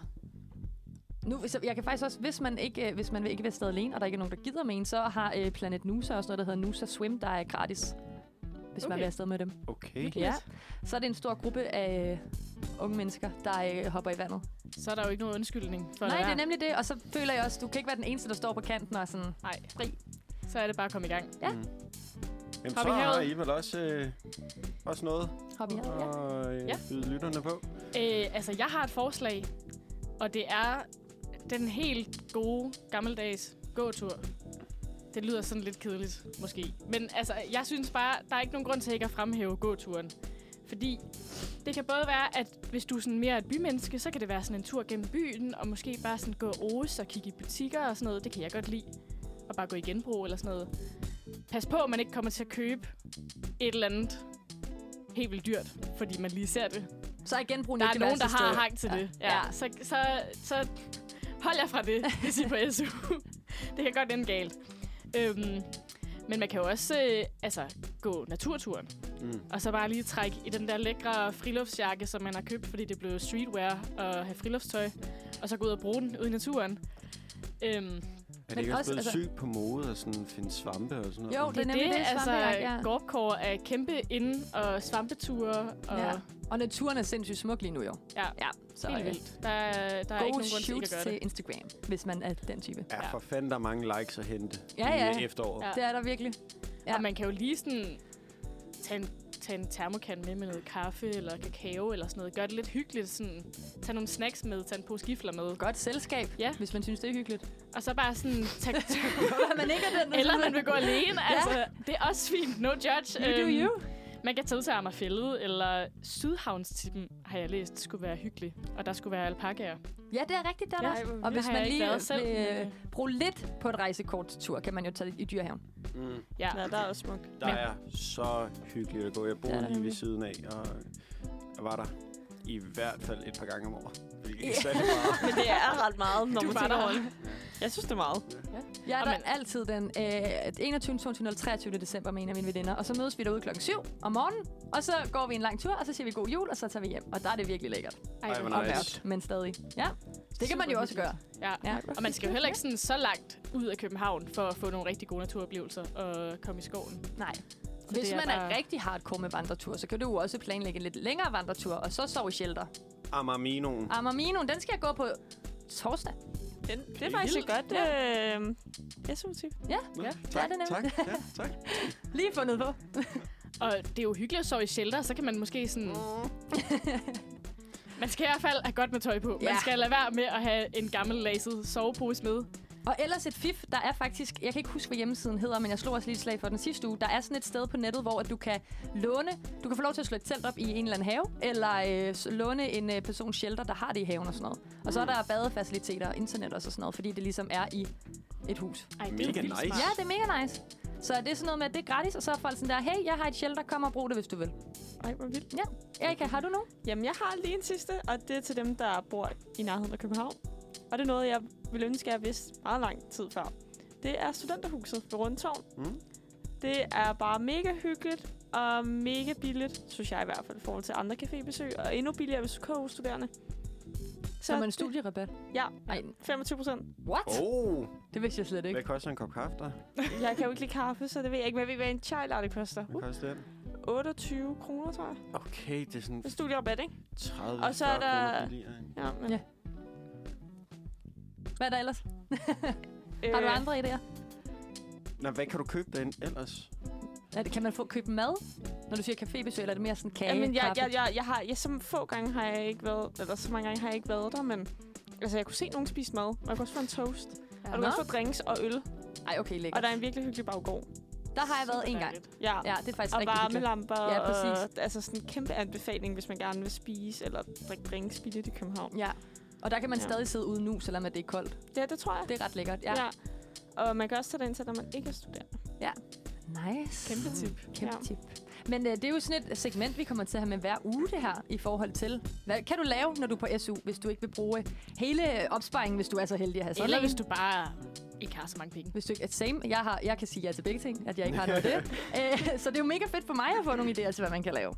Nu, så jeg kan faktisk også, hvis man ikke, øh, hvis man ikke vil afsted alene, og der ikke er nogen, der gider med en, så har øh, Planet Nusa også noget, der hedder Nusa Swim, der er gratis, hvis okay. man Okay. vil afsted med dem. Okay. Ja, så er det en stor gruppe af øh, unge mennesker, der øh, hopper i vandet. Så er der jo ikke nogen undskyldning for Nej, at det er lade nemlig det, og så føler jeg også, du kan ikke være den eneste, der står på kanten og er sådan, være. Nej, fri. så er det bare at komme i gang. Ja. Mm. Jamen, Hop så i har havet. I vel også, øh, også noget Hop i havet, ja. at øh, Ja. byde lytterne på? Øh, altså, jeg har et forslag, og det er den helt gode, gammeldags gåtur. Det lyder sådan lidt kedeligt, måske. Men altså, jeg synes bare, der er ikke nogen grund til ikke at fremhæve gåturen. Fordi det kan både være, at hvis du er sådan mere et bymenneske, så kan det være sådan en tur gennem byen, og måske bare sådan gå og ose og kigge i butikker og sådan noget. Det kan jeg godt lide. Og bare gå i genbrug eller sådan noget. Pas på, at man ikke kommer til at købe et eller andet helt vildt dyrt, fordi man lige ser det. Så er genbrugen Der ikke er det nogen, der værste har sted. hang til Ja. det. Ja. Ja. Ja. Så, så, så hold jer fra det, hvis I er på S U. Det kan godt ende galt. Øhm, men man kan jo også øh, altså, gå naturturen, Mm. og så bare lige trække i den der lækre friluftsjakke, som man har købt, fordi det blev streetwear og have friluftstøj, og så gå ud og bruge den ude i naturen. Øhm, Er det Men ikke også også, blevet altså- sygt på mode at sådan finde svampe og sådan noget? Jo, det er det er nemlig det, det, altså, svampejagt, ja. Gorpkår er kæmpe inden, og svampeture, og Ja. Og naturen er sindssygt smuk lige nu jo. ja, Ja, så helt øh, vildt. Der, er- der er go ikke nogen grund til shoot ikke at gøre til det. Instagram, hvis man er den type. Ja, Ja. for fanden, der er mange likes at hente Ja, i ja. øh, efteråret. Ja. Det er der virkelig. Ja. Og man kan jo lige sådan tage en, tage en termokan med med noget kaffe eller kakao eller sådan noget. Gør det lidt hyggeligt. Sådan, tage nogle snacks med, tage en pose gifler med. Godt selskab, Ja. hvis man synes, det er hyggeligt. Og så bare sådan... Tage, man ikke er den, eller man vil gå alene. Altså, det er også fint. No judge. You do you. Man kan tage ud til Amagerfællet, eller Sydhavnstippen, har jeg læst, skulle være hyggelig. Og der skulle være alpakaer. Ja, det er rigtigt, der er Ja, der. hvor Og vildt hvis har man jeg ikke lige været selv, vil men, øh, øh, bruge lidt på et rejsekorttur, kan man jo tage i Dyrehaven. Mm. Ja, ja, der er også smukt. Der Men- er så hyggeligt at gå. Jeg bor Det er der lige ved nemlig. siden af, og jeg var der i hvert fald et par gange om året. Det er ikke særlig meget. Men det er ret meget, når Du man var tænker der. over det. Jeg synes, det er meget. Jeg er Og der man- altid den øh, enogtyvende, toogtyvende eller treogtyvende december med en af mine veninder. Og så mødes vi derude klokken syv om morgenen. Og så går vi en lang tur, og så siger vi god jul, og så tager vi hjem. Og der er det virkelig lækkert. Ej, Ej, hvor hvor Og nice. mørkt, men stadig. Ja, det kan man jo også gøre. Ja. Ja. Og man skal jo heller ikke sådan så langt ud af København for at få nogle rigtig gode naturoplevelser og komme i skoven. Nej. det Hvis er man er bare- rigtig hardcore med vandretur, så kan du jo også planlægge en lidt længere vandretur, og så sove i shelter. Amarminoen. Amarminoen, den skal jeg gå på torsdag. Den, det er faktisk et godt øh, S U-tip. Ja, Nå, ja, tak, det er det nemlig. tak, ja, tak. Lige fundet på. Og det er jo hyggeligt at sove i shelter, så kan man måske sådan... Man skal i hvert fald have godt med tøj på. Ja. Man skal lade være med at have en gammel laset sovepose med. Og ellers et fif, der er faktisk, jeg kan ikke huske, hvad hjemmesiden hedder, men jeg slog også lige et slag for den sidste uge. Der er sådan et sted på nettet, hvor at du kan låne, du kan få lov til at slå et telt op i en eller anden have, eller øh, s- låne en øh, persons shelter, der har det i haven og sådan noget. Og så er der badefaciliteter, internet og sådan noget, fordi det ligesom er i et hus. Ej, det Mega er jo vildt nice. smart. Ja, det er mega nice. Så det er sådan noget med, at det er gratis, og så er folk sådan der, hey, jeg har et shelter, kom og brug det, hvis du vil. Ej, hvor vildt. Erika, har du nogen? Jamen, jeg har lige en sidste, og det er til dem, der bor i nærheden af København. Og det er noget, jeg ville ønske, jeg vidste meget lang tid før. Det er studenterhuset ved Rundetårn. Mm. Det er bare mega hyggeligt og mega billigt, synes jeg i hvert fald, i forhold til andre cafébesøg. Og endnu billigere, hvis du er K U-studerende. Så er man en det- studierabat. Ja, Ej, femogtyve procent. what? Oh, Det vidste jeg slet ikke. hvad koster en kop kaffe der? Jeg kan jo ikke lide kaffe, så det ved jeg ikke. Men jeg ved, hvad en chai latte koster. Hvad koster den? otteogtyve kroner, tror jeg. Okay, det er sådan Det er studierabat, ikke? tredive Og så er fyrre der- kroner billigere. ikke? Ja, men, Ja. Hvad er der ellers? øh, Har du andre idéer? Nå, hvad kan du købe derinde ellers? Er det, kan man få købe mad, når du siger cafébesøg, eller er det mere sådan kage, Jamen, jeg, kaffe? jeg, jeg, jeg har, jeg, så få gange har jeg ikke været, eller så mange gange har jeg ikke været der, men altså, jeg kunne se nogen spise mad, og jeg kunne også få en toast, Ja, og du nå. kan også få drinks og øl, Ej, okay, lækkert. og der er en virkelig hyggelig baggård. Der har jeg været en gang. Ja, Ja, det er faktisk og rigtig hyggeligt. varmelamper, Ja, præcis. og altså sådan en kæmpe anbefaling, hvis man gerne vil spise eller drikke drinks billigt i København. Ja, og der kan man Ja. stadig sidde ude nu, selvom at det er koldt. Ja, det tror jeg. Det er ret lækkert, ja. ja. Og man kan også tage det ind til, når man ikke er studerende. Nice. Kæmpe tip. Kæmpe Ja. tip. Men øh, det er jo sådan et segment, vi kommer til at have med hver uge det her, i forhold til, hvad kan du lave, når du er på S U, hvis du ikke vil bruge hele opsparingen, hvis du er så heldig at have sådan Eller en? hvis du bare ikke har så mange penge. Hvis du ikke, same. Jeg, har, jeg kan sige ja til begge ting, at jeg ikke har noget af det. Æ, så det er jo mega fedt for mig at få nogle idéer til, hvad man kan lave.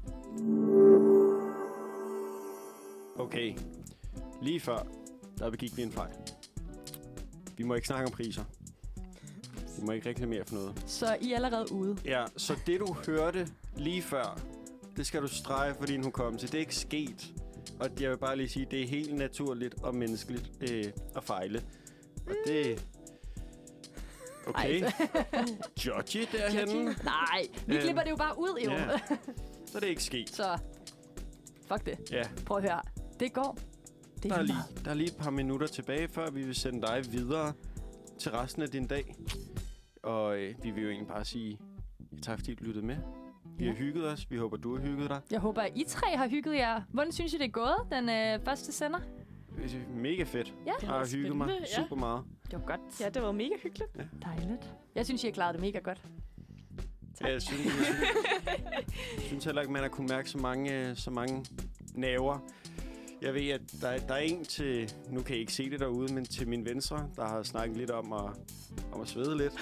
Okay, lige før, der begik vi en fejl. Vi må ikke snakke om priser. Vi må ikke reklamere for noget. Så I er allerede ude. Ja, så det du hørte lige før, det skal du strege for din hukommelse. Det er ikke sket. Og jeg vil bare lige sige, det er helt naturligt og menneskeligt øh, at fejle. Og det... Okay. Judgy derhenne. Nej, vi Øhm, klipper det jo bare ud, jo. ja. Så det er ikke sket. Så fuck det. Ja, Prøv at høre. Det går. Det der er, lige lige, der er lige et par minutter tilbage, før vi vil sende dig videre til resten af din dag. Og øh, vi vil jo egentlig bare sige, tak fordi du lyttede med. Vi Ja. har hygget os. Vi håber, du har hygget dig. Jeg håber, at I tre har hygget jer. Hvordan synes I, det er gået, den øh, første sender? Mega fedt. Ja. Jeg har hygget mig spændende, ja. super meget. Det var godt. Ja, det var mega hyggeligt. Dejligt. Jeg synes, I har klaret det mega godt. Ja, jeg synes, jeg synes, jeg synes heller ikke, man har kunnet mærke så mange, så mange naver. Jeg ved, at der, der er en til, nu kan I ikke se det derude, men til min venstre, der har snakket lidt om at, om at svede lidt.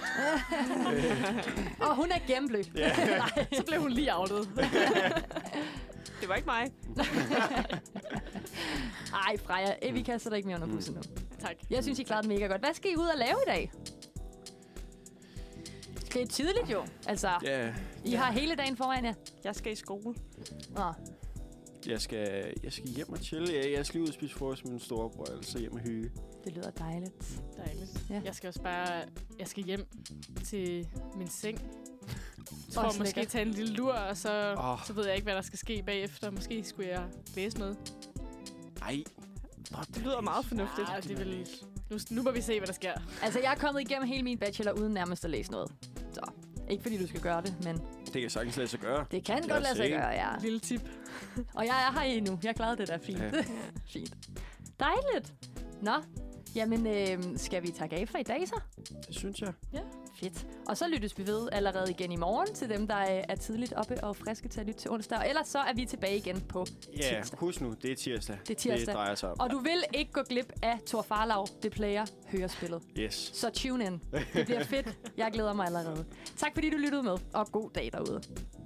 Og hun er gennemblødt. Ja. Så blev hun lige outet. Det var ikke mig. Ej, Freja, eh, vi kaster dig ikke mere under bussen nu. Tak. Jeg synes, I klarede det mega godt. Hvad skal I ud og lave i dag? Det er tidligt jo. Altså, Ja, I har hele dagen foran jer. Jeg skal i skole. Nå, jeg skal, jeg skal hjem og chille. Jeg, jeg skal lige ud og spise frokost med min storebror, eller så hjem og hygge. det lyder dejligt. Dejligt. Ja. Jeg skal også bare... Jeg skal hjem til min seng. Jeg tror Også måske lækkert. tage en lille lur, og så, Åh. oh. så ved jeg ikke, hvad der skal ske bagefter. Måske skulle jeg læse noget. Ej. Det lyder meget fornuftigt. Ah, det vil... Nu, nu må vi se, hvad der sker. Altså, jeg er kommet igennem hele min bachelor uden nærmest at læse noget. Så, ikke fordi du skal gøre det, men Det kan sagtens lade sig gøre. det kan Lad godt os lade sig se. gøre, ja. Lille tip. Og jeg er her endnu. Jeg klarede det der fint. Ja. Fint. Dejligt. Nå, jamen, øh, skal vi takke af for i dag så? Det synes jeg. Fedt. Og så lyttes vi ved allerede igen i morgen til dem, der er tidligt oppe og friske til at lytte til onsdag. Og ellers så er vi tilbage igen på Ja, tirsdag. husk nu, det er tirsdag. Det er tirsdag. Det drejer sig om. Og du vil ikke gå glip af Thor Farlaug, det player, hørespillet. Yes. Så tune in. Det bliver fedt. Jeg glæder mig allerede. Tak fordi du lyttede med, og god dag derude.